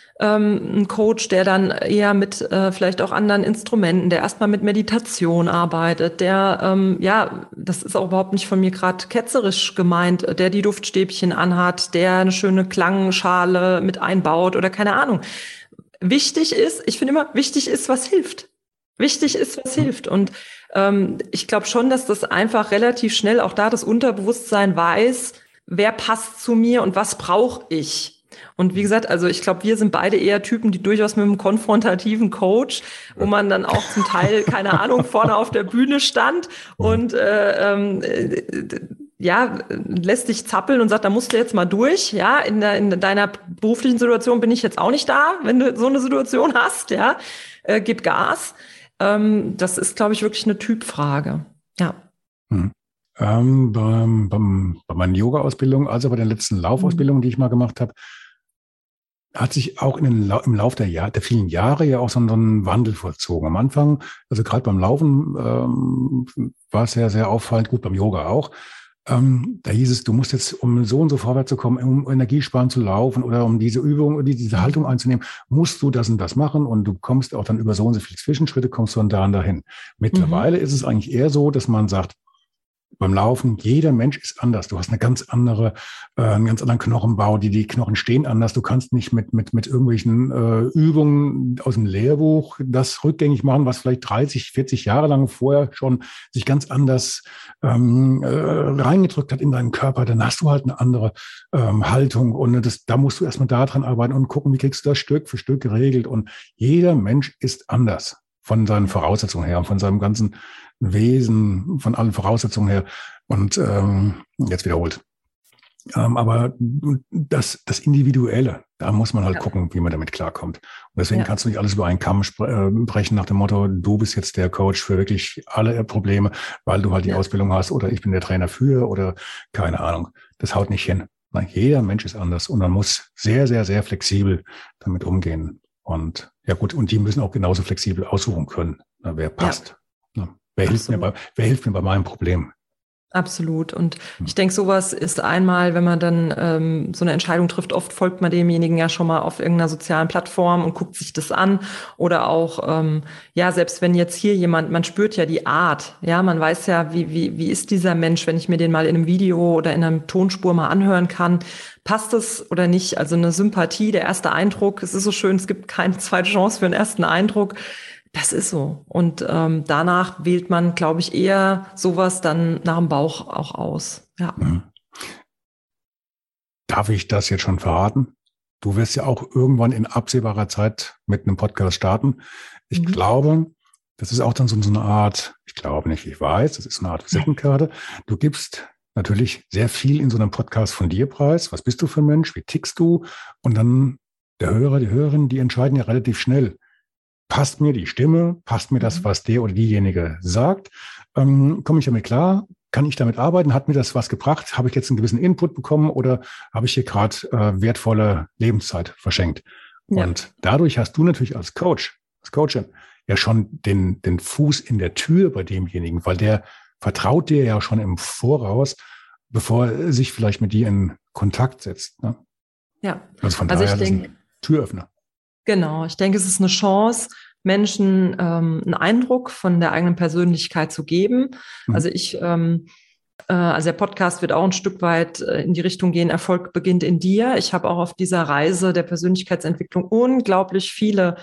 ähm, einen Coach, der dann eher mit äh, vielleicht auch anderen Instrumenten, der erstmal mit Meditation arbeitet, der, ähm, ja, das ist auch überhaupt nicht von mir gerade ketzerisch gemeint, der die Duftstäbchen anhat, der eine schöne Klangschale mit einbaut oder keine Ahnung. Wichtig ist, ich finde immer, wichtig ist, was hilft. Wichtig ist, was hilft. Und ähm, ich glaube schon, dass das einfach relativ schnell auch da das Unterbewusstsein weiß, wer passt zu mir und was brauche ich. Und wie gesagt, also ich glaube, wir sind beide eher Typen, die durchaus mit einem konfrontativen Coach, wo man dann auch zum Teil, keine Ahnung, vorne auf der Bühne stand und äh, äh, ja, lässt dich zappeln und sagt, da musst du jetzt mal durch. Ja, in, der, in deiner beruflichen Situation bin ich jetzt auch nicht da, wenn du so eine Situation hast. Ja, äh, gib Gas. Ähm, das ist, glaube ich, wirklich eine Typfrage. Ja. Hm. Ähm, beim, beim, bei meinen Yoga-Ausbildungen, also bei den letzten Laufausbildungen, die ich mal gemacht habe, hat sich auch in den, im Laufe der, Jahr, der vielen Jahre ja auch so ein Wandel vollzogen. Am Anfang, also gerade beim Laufen ähm, war es sehr, sehr auffallend, gut beim Yoga auch, Ähm, da hieß es, du musst jetzt, um so und so vorwärts zu kommen, um Energiesparen zu laufen oder um diese Übung oder diese Haltung einzunehmen, musst du das und das machen und du kommst auch dann über so und so viele Zwischenschritte, kommst du dann da und dahin. Mittlerweile mhm. ist es eigentlich eher so, dass man sagt, beim Laufen, jeder Mensch ist anders. Du hast eine ganz andere, äh, einen ganz anderen Knochenbau, die, die Knochen stehen anders. Du kannst nicht mit, mit, mit irgendwelchen äh, Übungen aus dem Lehrbuch das rückgängig machen, was vielleicht dreißig, vierzig Jahre lang vorher schon sich ganz anders ähm, äh, reingedrückt hat in deinen Körper. Dann hast du halt eine andere ähm, Haltung und das, da musst du erstmal daran arbeiten und gucken, wie kriegst du das Stück für Stück geregelt. Und jeder Mensch ist anders von seinen Voraussetzungen her und von seinem ganzen Wesen, von allen Voraussetzungen her. Und ähm, jetzt wiederholt. Ähm, aber das, das Individuelle, da muss man halt ja. gucken, wie man damit klarkommt. Und deswegen ja. kannst du nicht alles über einen Kamm spre- äh, brechen nach dem Motto, du bist jetzt der Coach für wirklich alle Probleme, weil du halt die ja. Ausbildung hast oder ich bin der Trainer für oder keine Ahnung. Das haut nicht hin. Nein, jeder Mensch ist anders und man muss sehr, sehr, sehr flexibel damit umgehen. Und ja gut, und die müssen auch genauso flexibel aussuchen können, na, wer passt. Ja. Na, wer, hilft mir bei, wer hilft mir bei meinem Problem? Absolut. Und ich denke, sowas ist einmal, wenn man dann ähm, so eine Entscheidung trifft, oft folgt man demjenigen ja schon mal auf irgendeiner sozialen Plattform und guckt sich das an. Oder auch, ähm, ja, selbst wenn jetzt hier jemand, man spürt ja die Art, ja, man weiß ja, wie, wie, wie ist dieser Mensch, wenn ich mir den mal in einem Video oder in einer Tonspur mal anhören kann, passt es oder nicht? Also eine Sympathie, der erste Eindruck, es ist so schön, es gibt keine zweite Chance für einen ersten Eindruck. Das ist so. Und ähm, danach wählt man, glaube ich, eher sowas dann nach dem Bauch auch aus. Ja. Mhm. Darf ich das jetzt schon verraten? Du wirst ja auch irgendwann in absehbarer Zeit mit einem Podcast starten. Ich mhm. glaube, das ist auch dann so, so eine Art, ich glaube nicht, ich weiß, das ist eine Art Visitenkarte. Du gibst natürlich sehr viel in so einem Podcast von dir preis. Was bist du für ein Mensch? Wie tickst du? Und dann der Hörer, die Hörerin, die entscheiden ja relativ schnell. Passt mir die Stimme? Passt mir das, was der oder diejenige sagt? Ähm, komme ich damit klar? Kann ich damit arbeiten? Hat mir das was gebracht? Habe ich jetzt einen gewissen Input bekommen oder habe ich hier gerade äh, wertvolle Lebenszeit verschenkt? Ja. Und dadurch hast du natürlich als Coach, als Coachin, ja schon den, den Fuß in der Tür bei demjenigen, weil der vertraut dir ja schon im Voraus, bevor er sich vielleicht mit dir in Kontakt setzt. Ne? Ja. Also von also daher ist es ein Türöffner. Genau, ich denke, es ist eine Chance, Menschen ähm, einen Eindruck von der eigenen Persönlichkeit zu geben. Mhm. Also ich, ähm, äh, also der Podcast wird auch ein Stück weit äh, in die Richtung gehen, Erfolg beginnt in dir. Ich habe auch auf dieser Reise der Persönlichkeitsentwicklung unglaublich viele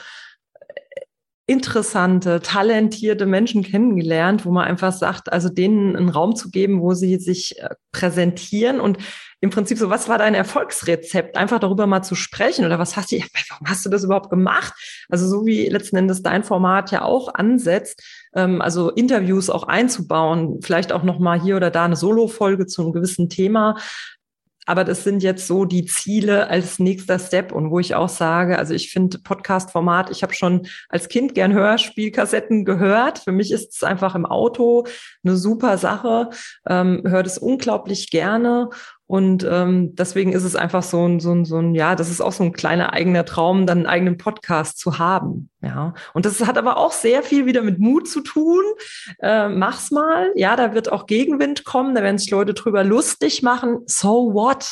interessante, talentierte Menschen kennengelernt, wo man einfach sagt, also denen einen Raum zu geben, wo sie sich äh, präsentieren und im Prinzip so, was war dein Erfolgsrezept? Einfach darüber mal zu sprechen oder was hast du, warum hast du das überhaupt gemacht? Also so wie letzten Endes dein Format ja auch ansetzt, ähm, also Interviews auch einzubauen, vielleicht auch nochmal hier oder da eine Solo-Folge zu einem gewissen Thema. Aber das sind jetzt so die Ziele als nächster Step und wo ich auch sage, also ich finde Podcast-Format, ich habe schon als Kind gern Hörspielkassetten gehört. Für mich ist es einfach im Auto eine super Sache, ähm, höre das unglaublich gerne. Und ähm, deswegen ist es einfach so ein, so ein, so ein, ja, das ist auch so ein kleiner eigener Traum, dann einen eigenen Podcast zu haben. Ja, und das hat aber auch sehr viel wieder mit Mut zu tun. Äh, mach's mal. Ja, da wird auch Gegenwind kommen. Da werden sich Leute drüber lustig machen. So what?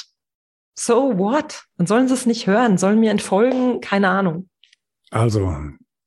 So what? Dann sollen sie es nicht hören, sollen mir entfolgen. Keine Ahnung. Also,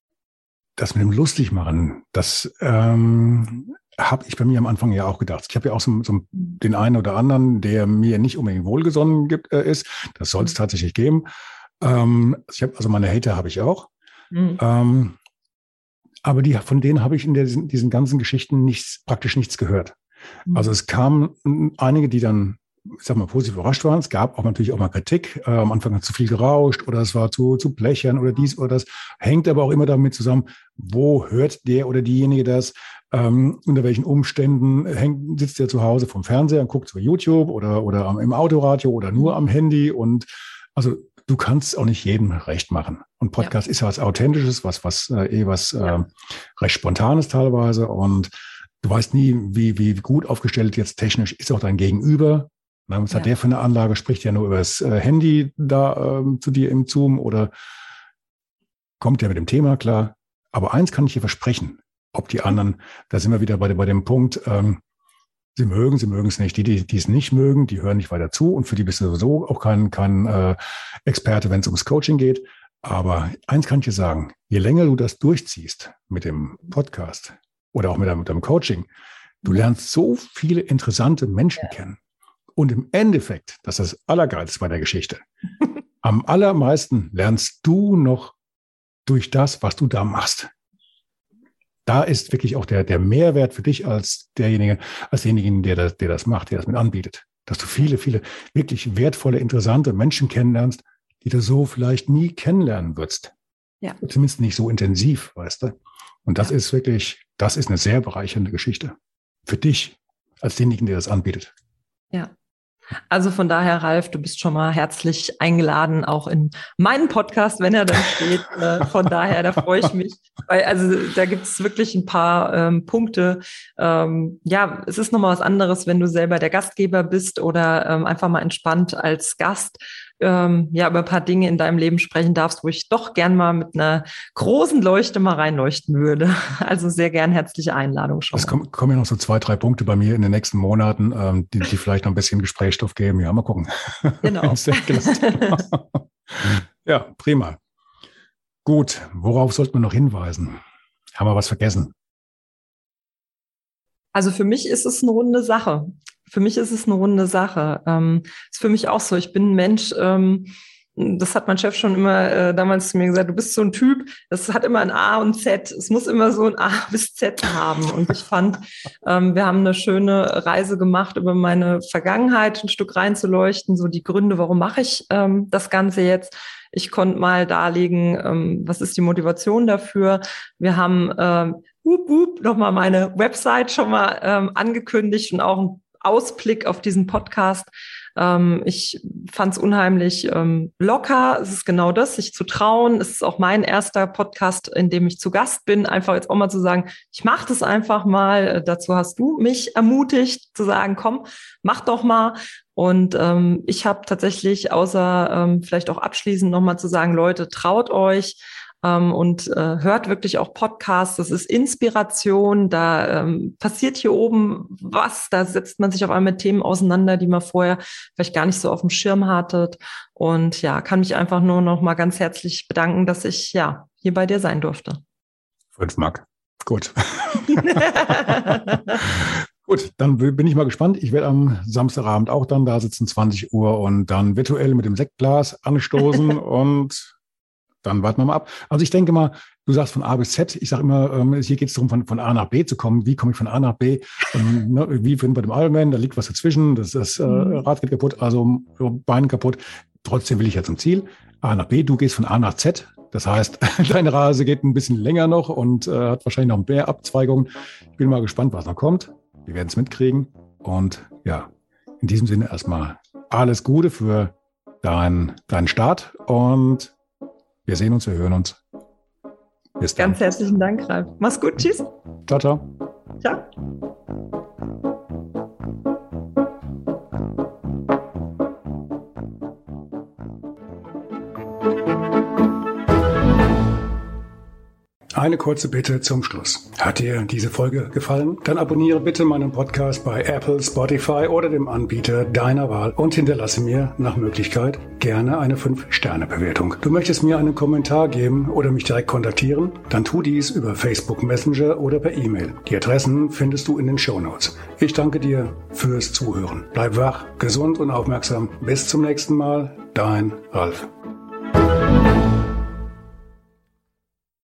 das mit dem Lustigmachen, das ähm, habe ich bei mir am Anfang ja auch gedacht. Ich habe ja auch so, so den einen oder anderen, der mir nicht unbedingt wohlgesonnen gibt, äh, ist. Das soll es tatsächlich geben. Ähm, ich habe also meine Hater habe ich auch. Mhm. Ähm, aber die, von denen habe ich in der, diesen ganzen Geschichten nichts, praktisch nichts gehört. Mhm. Also es kamen einige, die dann, ich sag mal, positiv überrascht waren. Es gab auch natürlich auch mal Kritik. Äh, am Anfang hat zu viel gerauscht oder es war zu, zu blechern oder dies oder das. Hängt aber auch immer damit zusammen, wo hört der oder diejenige das? Ähm, unter welchen Umständen hängt, sitzt der zu Hause vom Fernseher und guckt zu YouTube oder, oder am, im Autoradio oder nur am Handy. Und also du kannst auch nicht jedem recht machen. Und Podcast ja. ist ja was Authentisches, was, was äh, eh was ja. äh, recht Spontanes teilweise. Und du weißt nie, wie, wie gut aufgestellt jetzt technisch ist auch dein Gegenüber. Na, was ja. hat der für eine Anlage? Spricht der nur über das äh, Handy da äh, zu dir im Zoom oder kommt der mit dem Thema klar? Aber eins kann ich dir versprechen. Ob die anderen, da sind wir wieder bei, bei dem Punkt, ähm, Sie mögen, sie mögen es nicht. Die, die, die es nicht mögen, die hören nicht weiter zu und für die bist du sowieso auch kein, kein äh, Experte, wenn es ums Coaching geht. Aber eins kann ich dir sagen, je länger du das durchziehst mit dem Podcast oder auch mit deinem, mit deinem Coaching, du lernst so viele interessante Menschen ja. kennen. Und im Endeffekt, das ist das Allergeilste bei der Geschichte, am allermeisten lernst du noch durch das, was du da machst. Da ist wirklich auch der, der Mehrwert für dich als derjenige, als denjenigen, der das, der das macht, der das mit anbietet. Dass du viele, viele wirklich wertvolle, interessante Menschen kennenlernst, die du so vielleicht nie kennenlernen würdest. Ja. Zumindest nicht so intensiv, weißt du. Und das ja. ist wirklich, das ist eine sehr bereichernde Geschichte. Für dich, als denjenigen, der das anbietet. Ja. Also von daher, Ralf, du bist schon mal herzlich eingeladen, auch in meinen Podcast, wenn er dann steht. Äh, von daher, da freue ich mich. Weil, also da gibt es wirklich ein paar ähm, Punkte. Ähm, ja, es ist nochmal was anderes, wenn du selber der Gastgeber bist oder ähm, einfach mal entspannt als Gast ähm, ja über ein paar Dinge in deinem Leben sprechen darfst, wo ich doch gern mal mit einer großen Leuchte mal reinleuchten würde. Also sehr gern herzliche Einladung schon. Es kommen, kommen ja noch so zwei, drei Punkte bei mir in den nächsten Monaten, ähm, die, die vielleicht noch ein bisschen Gesprächsstoff geben. Ja, mal gucken. Genau. Ja, prima. Gut, worauf sollten wir noch hinweisen? Haben wir was vergessen? Also für mich ist es eine runde Sache. Für mich ist es eine runde Sache. Ähm, ist für mich auch so. Ich bin ein Mensch, ähm, das hat mein Chef schon immer äh, damals zu mir gesagt, du bist so ein Typ, das hat immer ein A und Z. Es muss immer so ein A bis Z haben. Und ich fand, ähm, wir haben eine schöne Reise gemacht, über meine Vergangenheit ein Stück reinzuleuchten, so die Gründe, warum mache ich ähm, das Ganze jetzt. Ich konnte mal darlegen, ähm, was ist die Motivation dafür. Wir haben ähm, wup, wup, nochmal meine Website schon mal ähm, angekündigt und auch einen Ausblick auf diesen Podcast. Ähm, ich fand es unheimlich ähm, locker. Es ist genau das, sich zu trauen. Es ist auch mein erster Podcast, in dem ich zu Gast bin. Einfach jetzt auch mal zu sagen, ich mache das einfach mal. Äh, dazu hast du mich ermutigt, zu sagen, komm, mach doch mal. Und ähm, ich habe tatsächlich, außer ähm, vielleicht auch abschließend nochmal zu sagen, Leute, traut euch. Ähm, und äh, hört wirklich auch Podcasts, das ist Inspiration, da ähm, passiert hier oben was, da setzt man sich auf einmal mit Themen auseinander, die man vorher vielleicht gar nicht so auf dem Schirm hattet. Und ja, kann mich einfach nur noch mal ganz herzlich bedanken, dass ich ja hier bei dir sein durfte. Fünf Mark. Gut. Gut, dann bin ich mal gespannt. Ich werde am Samstagabend auch dann da sitzen, zwanzig Uhr, und dann virtuell mit dem Sektglas anstoßen und dann warten wir mal ab. Also ich denke mal, du sagst von A bis Z. Ich sage immer, ähm, hier geht es darum, von, von A nach B zu kommen. Wie komme ich von A nach B? Ähm, ne, wie finden wir dem Ironman? Da liegt was dazwischen. Das, das äh, Rad geht kaputt, also Bein kaputt. Trotzdem will ich ja zum Ziel. A nach B, du gehst von A nach Z. Das heißt, deine Reise geht ein bisschen länger noch und äh, hat wahrscheinlich noch mehr Abzweigungen. Ich bin mal gespannt, was noch kommt. Wir werden es mitkriegen. Und ja, in diesem Sinne erstmal alles Gute für deinen deinen Start und wir sehen uns, wir hören uns. Bis dann. Ganz herzlichen Dank, Ralf. Mach's gut. Tschüss. Ciao, ciao. Ciao. Eine kurze Bitte zum Schluss. Hat dir diese Folge gefallen? Dann abonniere bitte meinen Podcast bei Apple, Spotify oder dem Anbieter deiner Wahl und hinterlasse mir nach Möglichkeit gerne eine fünf Sterne Bewertung. Du möchtest mir einen Kommentar geben oder mich direkt kontaktieren? Dann tu dies über Facebook Messenger oder per E-Mail. Die Adressen findest du in den Shownotes. Ich danke dir fürs Zuhören. Bleib wach, gesund und aufmerksam. Bis zum nächsten Mal. Dein Ralf.